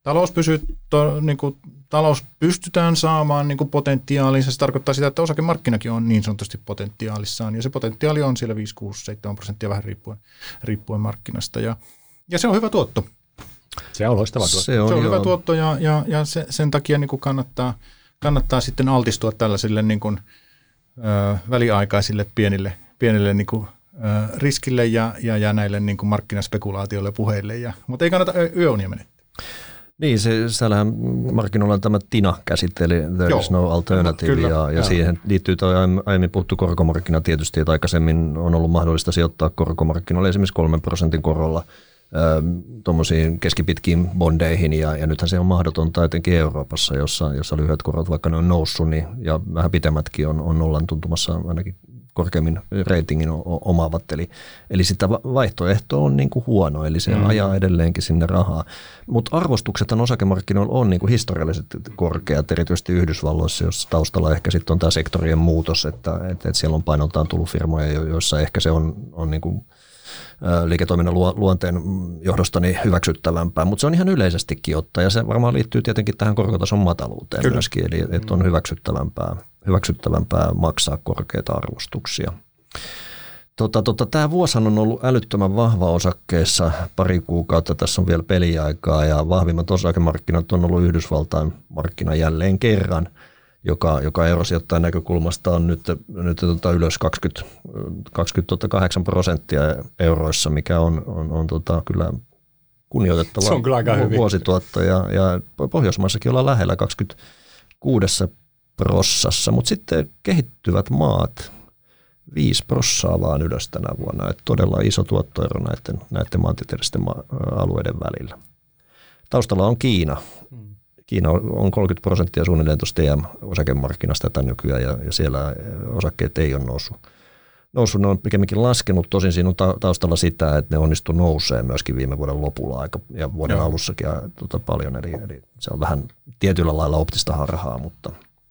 talous pystytään saamaan niin kuin potentiaalinsa. Se tarkoittaa sitä, että osakemarkkinakin on niin sanotusti potentiaalissaan, ja se potentiaali on siellä 5-6-7% vähän riippuen markkinasta, ja se on hyvä tuotto. Se on loistava tuotto. Se on hyvä tuotto, ja sen takia niin kuin kannattaa sitten altistua tällaisille niin kuin, väliaikaisille pienille niin kuin, riskille ja näille niin kuin markkinaspekulaatioille ja puheille. Mutta ei kannata yöunia menettää. Niin, siellähän markkinoilla tämä TINA käsitteli, there is no alternative, kyllä, ja siihen liittyy tuo aiemmin puhuttu korkomarkkina tietysti, että aikaisemmin on ollut mahdollista sijoittaa korkomarkkinoille esimerkiksi 3% korolla tuommoisiin keskipitkiin bondeihin, ja nythän se on mahdotonta etenkin Euroopassa, jossa lyhyet korot, vaikka ne on noussut, niin, ja vähän pitemmätkin on nollan tuntumassa ainakin korkeammin ratingin omaavat. Eli sitä vaihtoehto on niin kuin huono, eli se ajaa edelleenkin sinne rahaa. Mutta arvostuksethan osakemarkkinoilla on niin kuin historiallisesti korkeat, erityisesti Yhdysvalloissa, jossa taustalla ehkä sitten on tämä sektorien muutos, että siellä on painoltaan tullut firmoja, joissa ehkä se on niin kuin liiketoiminnan luonteen johdosta niin hyväksyttävämpää, mutta se on ihan yleisestikin ottaen, ja se varmaan liittyy tietenkin tähän korkotason mataluuteen kyllä myöskin, eli että on hyväksyttävämpää maksaa korkeita arvostuksia. Tämä vuosihan on ollut älyttömän vahva osakkeessa pari kuukautta, tässä on vielä peliaikaa, ja vahvimmat osakemarkkinat on ollut Yhdysvaltain markkina jälleen kerran, joka eurosijoittajan näkökulmasta on nyt ylös 28% euroissa, mikä on kyllä kunnioitettava se on kyllä aika hyvin vuosituotto, ja Pohjoismaissakin ollaan lähellä 26%, mutta sitten kehittyvät maat 5% vaan ylös tänä vuonna, että todella iso tuottoero näiden maantieteellisten alueiden välillä. Taustalla on Kiina. Kiina on 30% suunnilleen tuosta TM-osakemarkkinasta tätä nykyään, ja siellä osakkeet ei ole noussut. Ne on pikemminkin laskenut. Tosin siinä on taustalla sitä, että ne onnistu nousee myöskin viime vuoden lopulla ja vuoden alussakin paljon. Eli se on vähän tietyllä lailla optista harhaa, mutta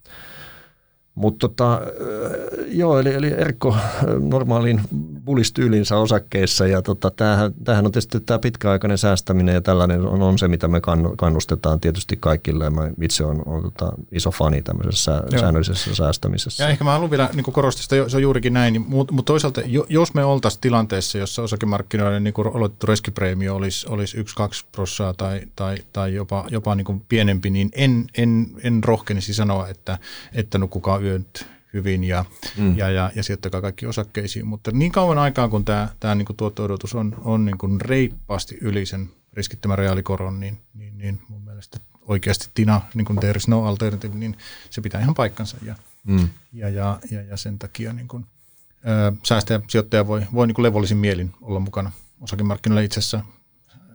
eli Erkko normaaliin bullish-tyylinsä osakkeissa, ja tämähän on tietysti tämä pitkäaikainen säästäminen, ja tällainen on se, mitä me kannustetaan tietysti kaikille, ja mä itse on iso fani tämmöisessä säännöllisessä säästämisessä. Ja ehkä mä haluan vielä niin korostaa sitä, se on juurikin näin, mutta toisaalta jos me oltaisiin tilanteessa, jossa osakemarkkinoiden niin oletettu riskipreemio olisi 1-2% tai jopa niin kuin pienempi, niin en rohkenisi sanoa, että nukkukaa yöt hyvin ja sijoittakaa kaikki osakkeisiin, mutta niin kauan aikaa, kun tämä niin kuin tuotto-odotus on niin kuin reippaasti yli sen riskittömän reaalikoron, niin mun mielestä oikeasti TINA, niin kuin there is no alternative, niin se pitää ihan paikkansa, ja sen takia niin kuin, säästäjä, sijoittaja voi niin kuin levollisin mielin olla mukana osakemarkkinoilla itse asiassa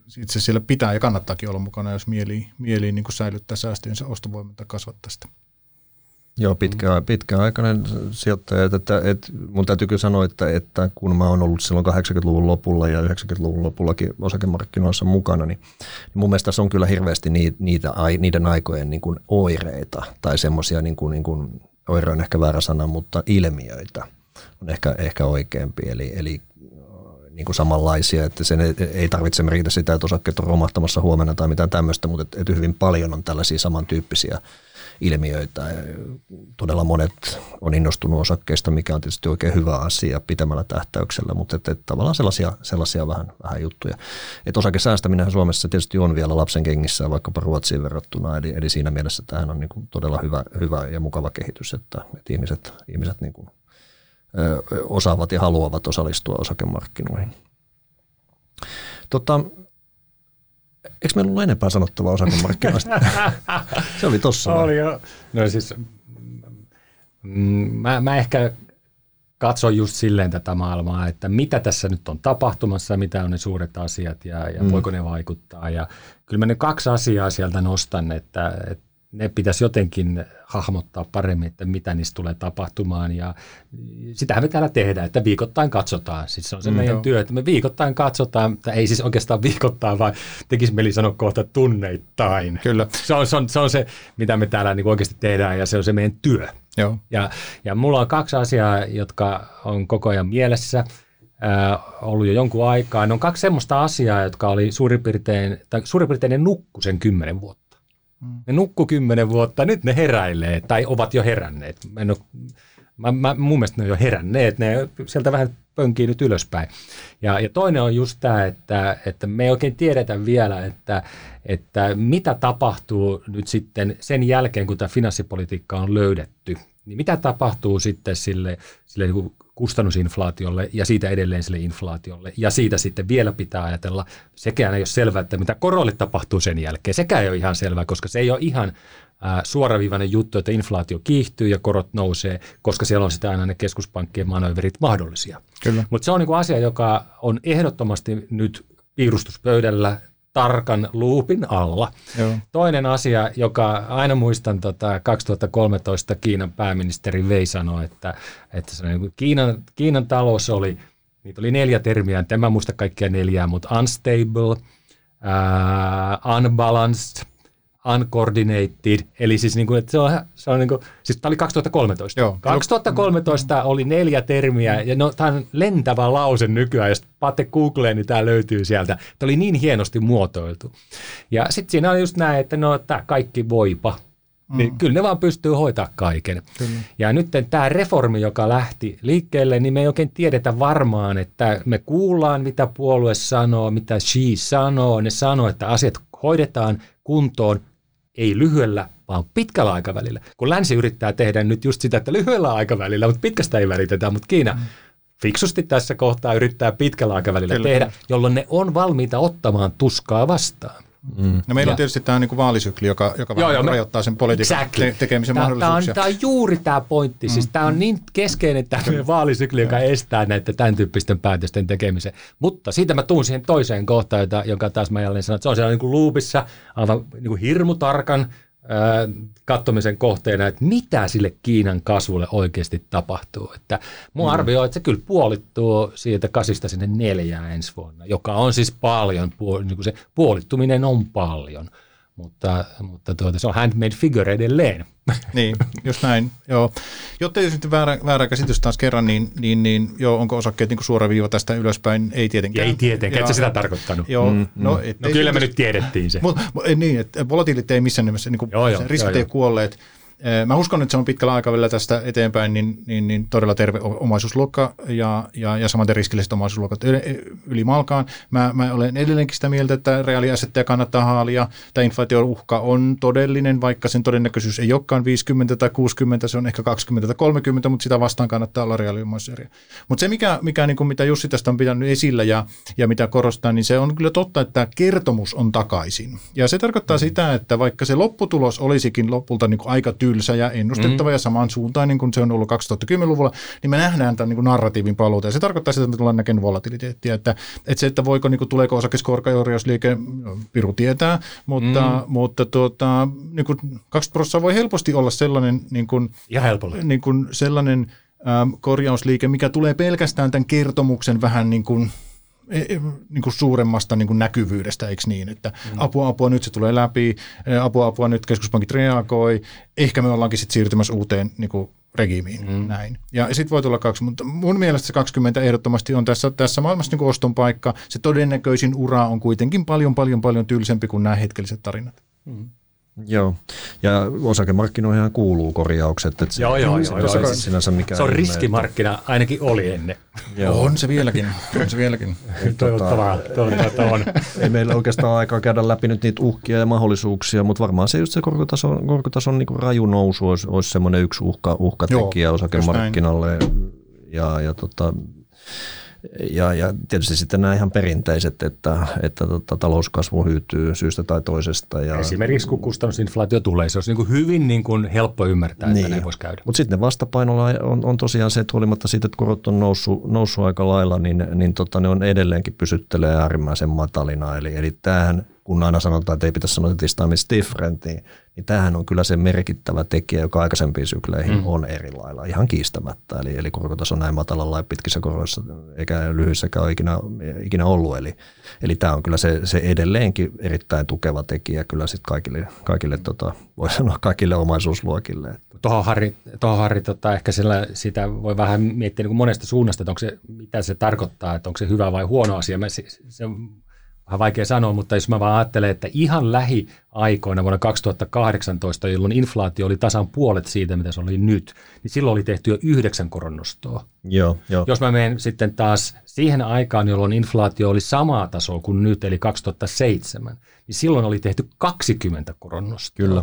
itse siellä pitää ja kannattaakin olla mukana, jos mieliin niin kuin säilyttää säästöjensä ostovoiman tai kasvattaa sitä. Joo, pitkäaikainen sijoittaja. Että mun täytyy kyllä sanoa, että kun mä oon ollut silloin 80-luvun lopulla ja 90-luvun lopullakin osakemarkkinoissa mukana, niin mun mielestä se on kyllä hirveästi niiden aikojen niin kuin oireita tai semmoisia, niin kuin oire on ehkä väärä sana, mutta ilmiöitä on ehkä oikeampi. Eli niin kuin samanlaisia, että sen ei tarvitse merkitä sitä, että osakkeet on romahtamassa huomenna tai mitään tämmöistä, mutta että hyvin paljon on tällaisia samantyyppisiä ilmiöitä. Todella monet on innostunut osakkeista, mikä on tietysti oikein hyvä asia pitämällä tähtäyksellä, mutta että tavallaan sellaisia vähän juttuja. Että osakesäästäminen Suomessa tietysti on vielä lapsen kengissä vaikkapa Ruotsiin verrattuna, eli siinä mielessä tämähän on niin kuin todella hyvä ja mukava kehitys, että ihmiset niin kuin osaavat ja haluavat osallistua osakemarkkinoihin. Eikö meillä ollut enempää sanottavaa osakemarkkinoista? Se oli tossa. Oli jo. No siis, mä ehkä katson just silleen tätä maailmaa, että mitä tässä nyt on tapahtumassa, mitä on ne suuret asiat ja voiko ne vaikuttaa. Ja kyllä mä ne 2 asiaa sieltä nostan, että ne pitäisi jotenkin hahmottaa paremmin, että mitä niistä tulee tapahtumaan. Ja sitähän me täällä tehdään, että viikoittain katsotaan. Siis se on se meidän työ, että me viikoittain katsotaan, tai ei siis oikeastaan viikoittain, vaan tekisi mieli sanoa kohta tunneittain. Kyllä. Se on se, mitä me täällä niin oikeasti tehdään, ja se on se meidän työ. Joo. Ja mulla on 2 asiaa, jotka on koko ajan mielessä. Ollut jo jonkun aikaa. Ne on 2 semmoista asiaa, jotka oli suurin piirtein ne nukku sen 10 vuotta. Ne nukku 10 vuotta, nyt ne heräilee tai ovat jo heränneet. Mun mielestä ne on jo heränneet, ne sieltä vähän pönkii nyt ylöspäin. Ja toinen on just tämä, että me ei oikein tiedetä vielä, että mitä tapahtuu nyt sitten sen jälkeen, kun tämä finanssipolitiikka on löydetty. Niin mitä tapahtuu sitten sille niin kuin kustannusinflaatiolle ja siitä edelleen sille inflaatiolle. Ja siitä sitten vielä pitää ajatella, sekään ei ole selvää, että mitä korolle tapahtuu sen jälkeen. Sekään ei ole ihan selvää, koska se ei ole ihan suoraviivainen juttu, että inflaatio kiihtyy ja korot nousee, koska siellä on sitä aina ne keskuspankkien manöverit mahdollisia. Mutta se on niin kuin asia, joka on ehdottomasti nyt piirustuspöydällä tarkan luupin alla. Joo. Toinen asia, joka aina muistan 2013 Kiinan pääministeri Wei sanoi, että se Kiinan talous oli, niitä oli 4 termiä, en mä muista kaikkia 4, mutta unstable, unbalanced, uncoordinated, eli siis niin kuin, että se on niin kuin, siis tämä oli 2013. Joo. 2013 oli 4 termiä, ja tämä on lentävä lause nykyään, jos paatte Googleen, niin tämä löytyy sieltä. Tämä oli niin hienosti muotoiltu. Ja sitten siinä on just näin, että tämä kaikki voipa. Niin kyllä ne vaan pystyy hoitaa kaiken. Kyllä. Ja nyt tämä reformi, joka lähti liikkeelle, niin me ei oikein tiedetä varmaan, että me kuullaan, mitä puolue sanoo, mitä Xi sanoo. Ne sanoo, että asiat hoidetaan kuntoon, ei lyhyellä, vaan pitkällä aikavälillä. Kun länsi yrittää tehdä nyt just sitä, että lyhyellä aikavälillä, mutta pitkästä ei välitetä, mutta Kiina fiksusti tässä kohtaa yrittää pitkällä aikavälillä tehdä, jolloin ne on valmiita ottamaan tuskaa vastaan. No meillä on tietysti tämä niin kuin vaalisykli, joka rajoittaa sen politiikan tekemisen mahdollisuuksia. Tämä on juuri tämä pointti. Siis tämä on niin keskeinen tämä vaalisykli, joka estää näiden tämän tyyppisten päätösten tekemisen. Mutta siitä mä tuun siihen toiseen kohtaan, jonka taas mä jälleen sanon, että se on siellä niin kuin loopissa, aivan niin kuin hirmutarkan katsomisen kohteena, että mitä sille Kiinan kasvulle oikeasti tapahtuu. Että mun arvio on, että se kyllä puolittuu siitä 8 sinne 4 ensi vuonna, joka on siis paljon, niin kuin se puolittuminen on paljon, mutta se on handmade figure edelleen. Niin, just näin. Joo. Jotta ei nyt väärä käsitys taas kerran, niin onko osakkeet niin suora viiva tästä ylöspäin? Ei tietenkään. Ei tietenkään, et sä sitä tarkoittanut. Joo, no kyllä me nyt tiedettiin se. Niin, että volatiilit ei missään nimessä, niin riskit ei kuolleet. Mä uskon, että se on pitkällä aikavälillä tästä eteenpäin niin todella terve omaisuusluokka ja samaten riskilliset omaisuusluokat ylimalkaan. Mä olen edelleenkin sitä mieltä, että reaaliassetteja kannattaa haalia. Tämä inflaatio-uhka on todellinen, vaikka sen todennäköisyys ei olekaan 50 tai 60, se on ehkä 20 tai 30, mutta sitä vastaan kannattaa olla reaaliomaisuuseriä. Mutta se, mikä niin kuin, mitä Jussi tästä on pitänyt esillä ja mitä korostaa, niin se on kyllä totta, että kertomus on takaisin. Ja se tarkoittaa sitä, että vaikka se lopputulos olisikin lopulta niin kuin aika tylsä ja ennustettava ja samansuuntainen kuin se on ollut 2010-luvulla, niin me nähdään tämän niin kuin narratiivin paluuta. Ja se tarkoittaa sitä, että me tullaan näkemään volatiliteettia, että se, että voiko, niin kuin, tuleeko osakeskorkeusliike, Piru tietää, mutta niin kuin 2% voi helposti olla sellainen, niin kuin sellainen korjausliike, mikä tulee pelkästään tämän kertomuksen vähän niin kuin suuremmasta niin kuin näkyvyydestä, eikö niin, että apua, nyt se tulee läpi, apua, nyt keskuspankit reagoi, ehkä me ollaankin sitten siirtymässä uuteen niin kuin regiimiin, näin. Ja sitten voi tulla 2, mutta mun mielestä se 20 ehdottomasti on tässä maailmassa niin kuin oston paikka, se todennäköisin ura on kuitenkin paljon tylsempi kuin nämä hetkelliset tarinat. Joo, ja osakemarkkinoihin kuuluu korjaukset. Että joo. Sinänsä mikään se on riskimarkkina, ainakin oli ennen. On se vieläkin. Toivottavaa on. Ei meillä oikeastaan aikaa käydä läpi nyt niitä uhkia ja mahdollisuuksia, mutta varmaan se just se korkotason niin kuin raju nousu olisi semmoinen yksi uhkatekijä osakemarkkinalle. Ja tietysti sitten nämä ihan perinteiset, että talouskasvu hyytyy syystä tai toisesta. Ja esimerkiksi kun kustannusinflaatio tulee, se olisi niin kuin hyvin niin kuin helppo ymmärtää, että näin voisi käydä. Mutta sitten ne vastapainolla on tosiaan se, että huolimatta siitä, että korot on noussut aika lailla, niin ne on edelleenkin pysyttelee äärimmäisen matalina. Eli tämähän, kun aina sanotaan, että ei pitäisi sanoa, että this time is different, niin tämähän on kyllä se merkittävä tekijä, joka aikaisempiin sykleihin on eri lailla, ihan kiistämättä. Eli korkotaso näin matalalla ja pitkissä koroissa eikä lyhyissäkään ole ikinä ollut. Eli tämä on kyllä se edelleenkin erittäin tukeva tekijä kyllä sitten kaikille voi sanoa kaikille omaisuusluokille. Tuohon Harri ehkä sitä voi vähän miettiä niin kuin monesta suunnasta, että mitä se tarkoittaa, että onko se hyvä vai huono asia. Se on vähän vaikea sanoa, mutta jos mä vaan ajattelen, että ihan lähiaikoina vuonna 2018, jolloin inflaatio oli tasan puolet siitä, mitä se oli nyt, niin silloin oli tehty jo 9 koronnostoa. Joo. Jos mä menen sitten taas siihen aikaan, jolloin inflaatio oli samaa tasoa kuin nyt, eli 2007, niin silloin oli tehty 20 koronnostoa. Kyllä.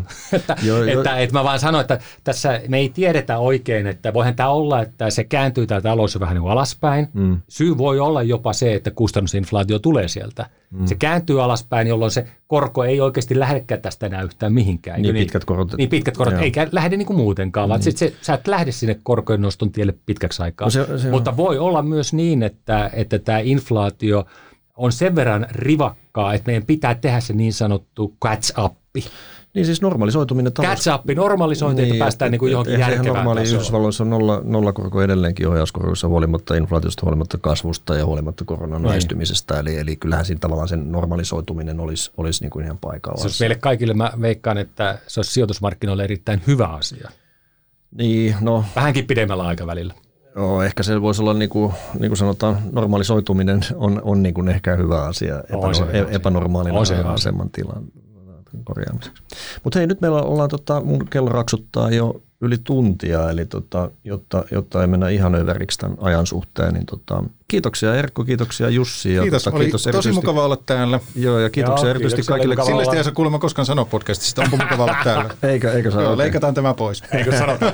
että mä vaan sanon, että tässä me ei tiedetä oikein, että voihan tämä olla, että se kääntyy tämä talous vähän niin kuin alaspäin. Syy voi olla jopa se, että kustannusinflaatio tulee sieltä. Se kääntyy alaspäin, jolloin se korko ei oikeasti lähdekään tästä enää yhtään mihinkään. Niin pitkät korot. Eikä lähde niin kuin muutenkaan, vaan sä et lähde sinne korkojen noston tielle pitkäksi aikaa. Mutta voi olla myös niin, että tämä inflaatio on sen verran rivakkaa, että meidän pitää tehdä se niin sanottu catch-up. Niin siis normalisoituminen. Normalisointi, että päästään niin kuin johonkin järkevään normaali tasoon. Yhdysvalloissa on nollakorko edelleenkin ohjauskorkoissa huolimatta inflaatiosta, huolimatta kasvusta ja huolimatta koronan väistymisestä. Eli kyllähän siinä tavallaan sen normalisoituminen olisi niin kuin ihan paikallaan. Se olisi meille kaikille, mä veikkaan, että se olisi sijoitusmarkkinoille erittäin hyvä asia. Niin, no. Vähänkin pidemmällä aikavälillä. Joo, ehkä se voisi olla, niin kuin sanotaan, normalisoituminen on niin kuin ehkä hyvä asia epänormaalina aseman tilan korjaamiseksi. Mutta hei, nyt meillä ollaan, mun kello raksuttaa jo yli tuntia, eli jotta ei mennä ihan överiksi tämän ajan suhteen, niin kiitoksia Erkko, kiitoksia Jussi. Ja kiitos, oli tosi mukava olla täällä. Joo, ja kiitoksia erityisesti kaikille. Sillestä ei saa kuulemma koskaan sanoa podcastista, onko mukava olla täällä. Eikä saa. Joo, leikataan tämä pois. Eikö sanota?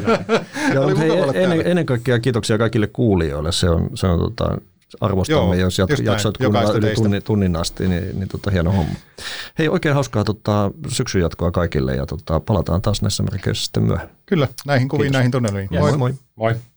Ennen kaikkea kiitoksia kaikille kuulijoille, se on arvostamme, jos jaksoit kuunnella yli tunnin asti, niin hieno homma. Hei, oikein hauskaa syksyn jatkoa kaikille ja palataan taas näissä merkeissä sitten myöhemmin. Kyllä, näihin kuviin, näihin tunnelmiin. Moi. Moi.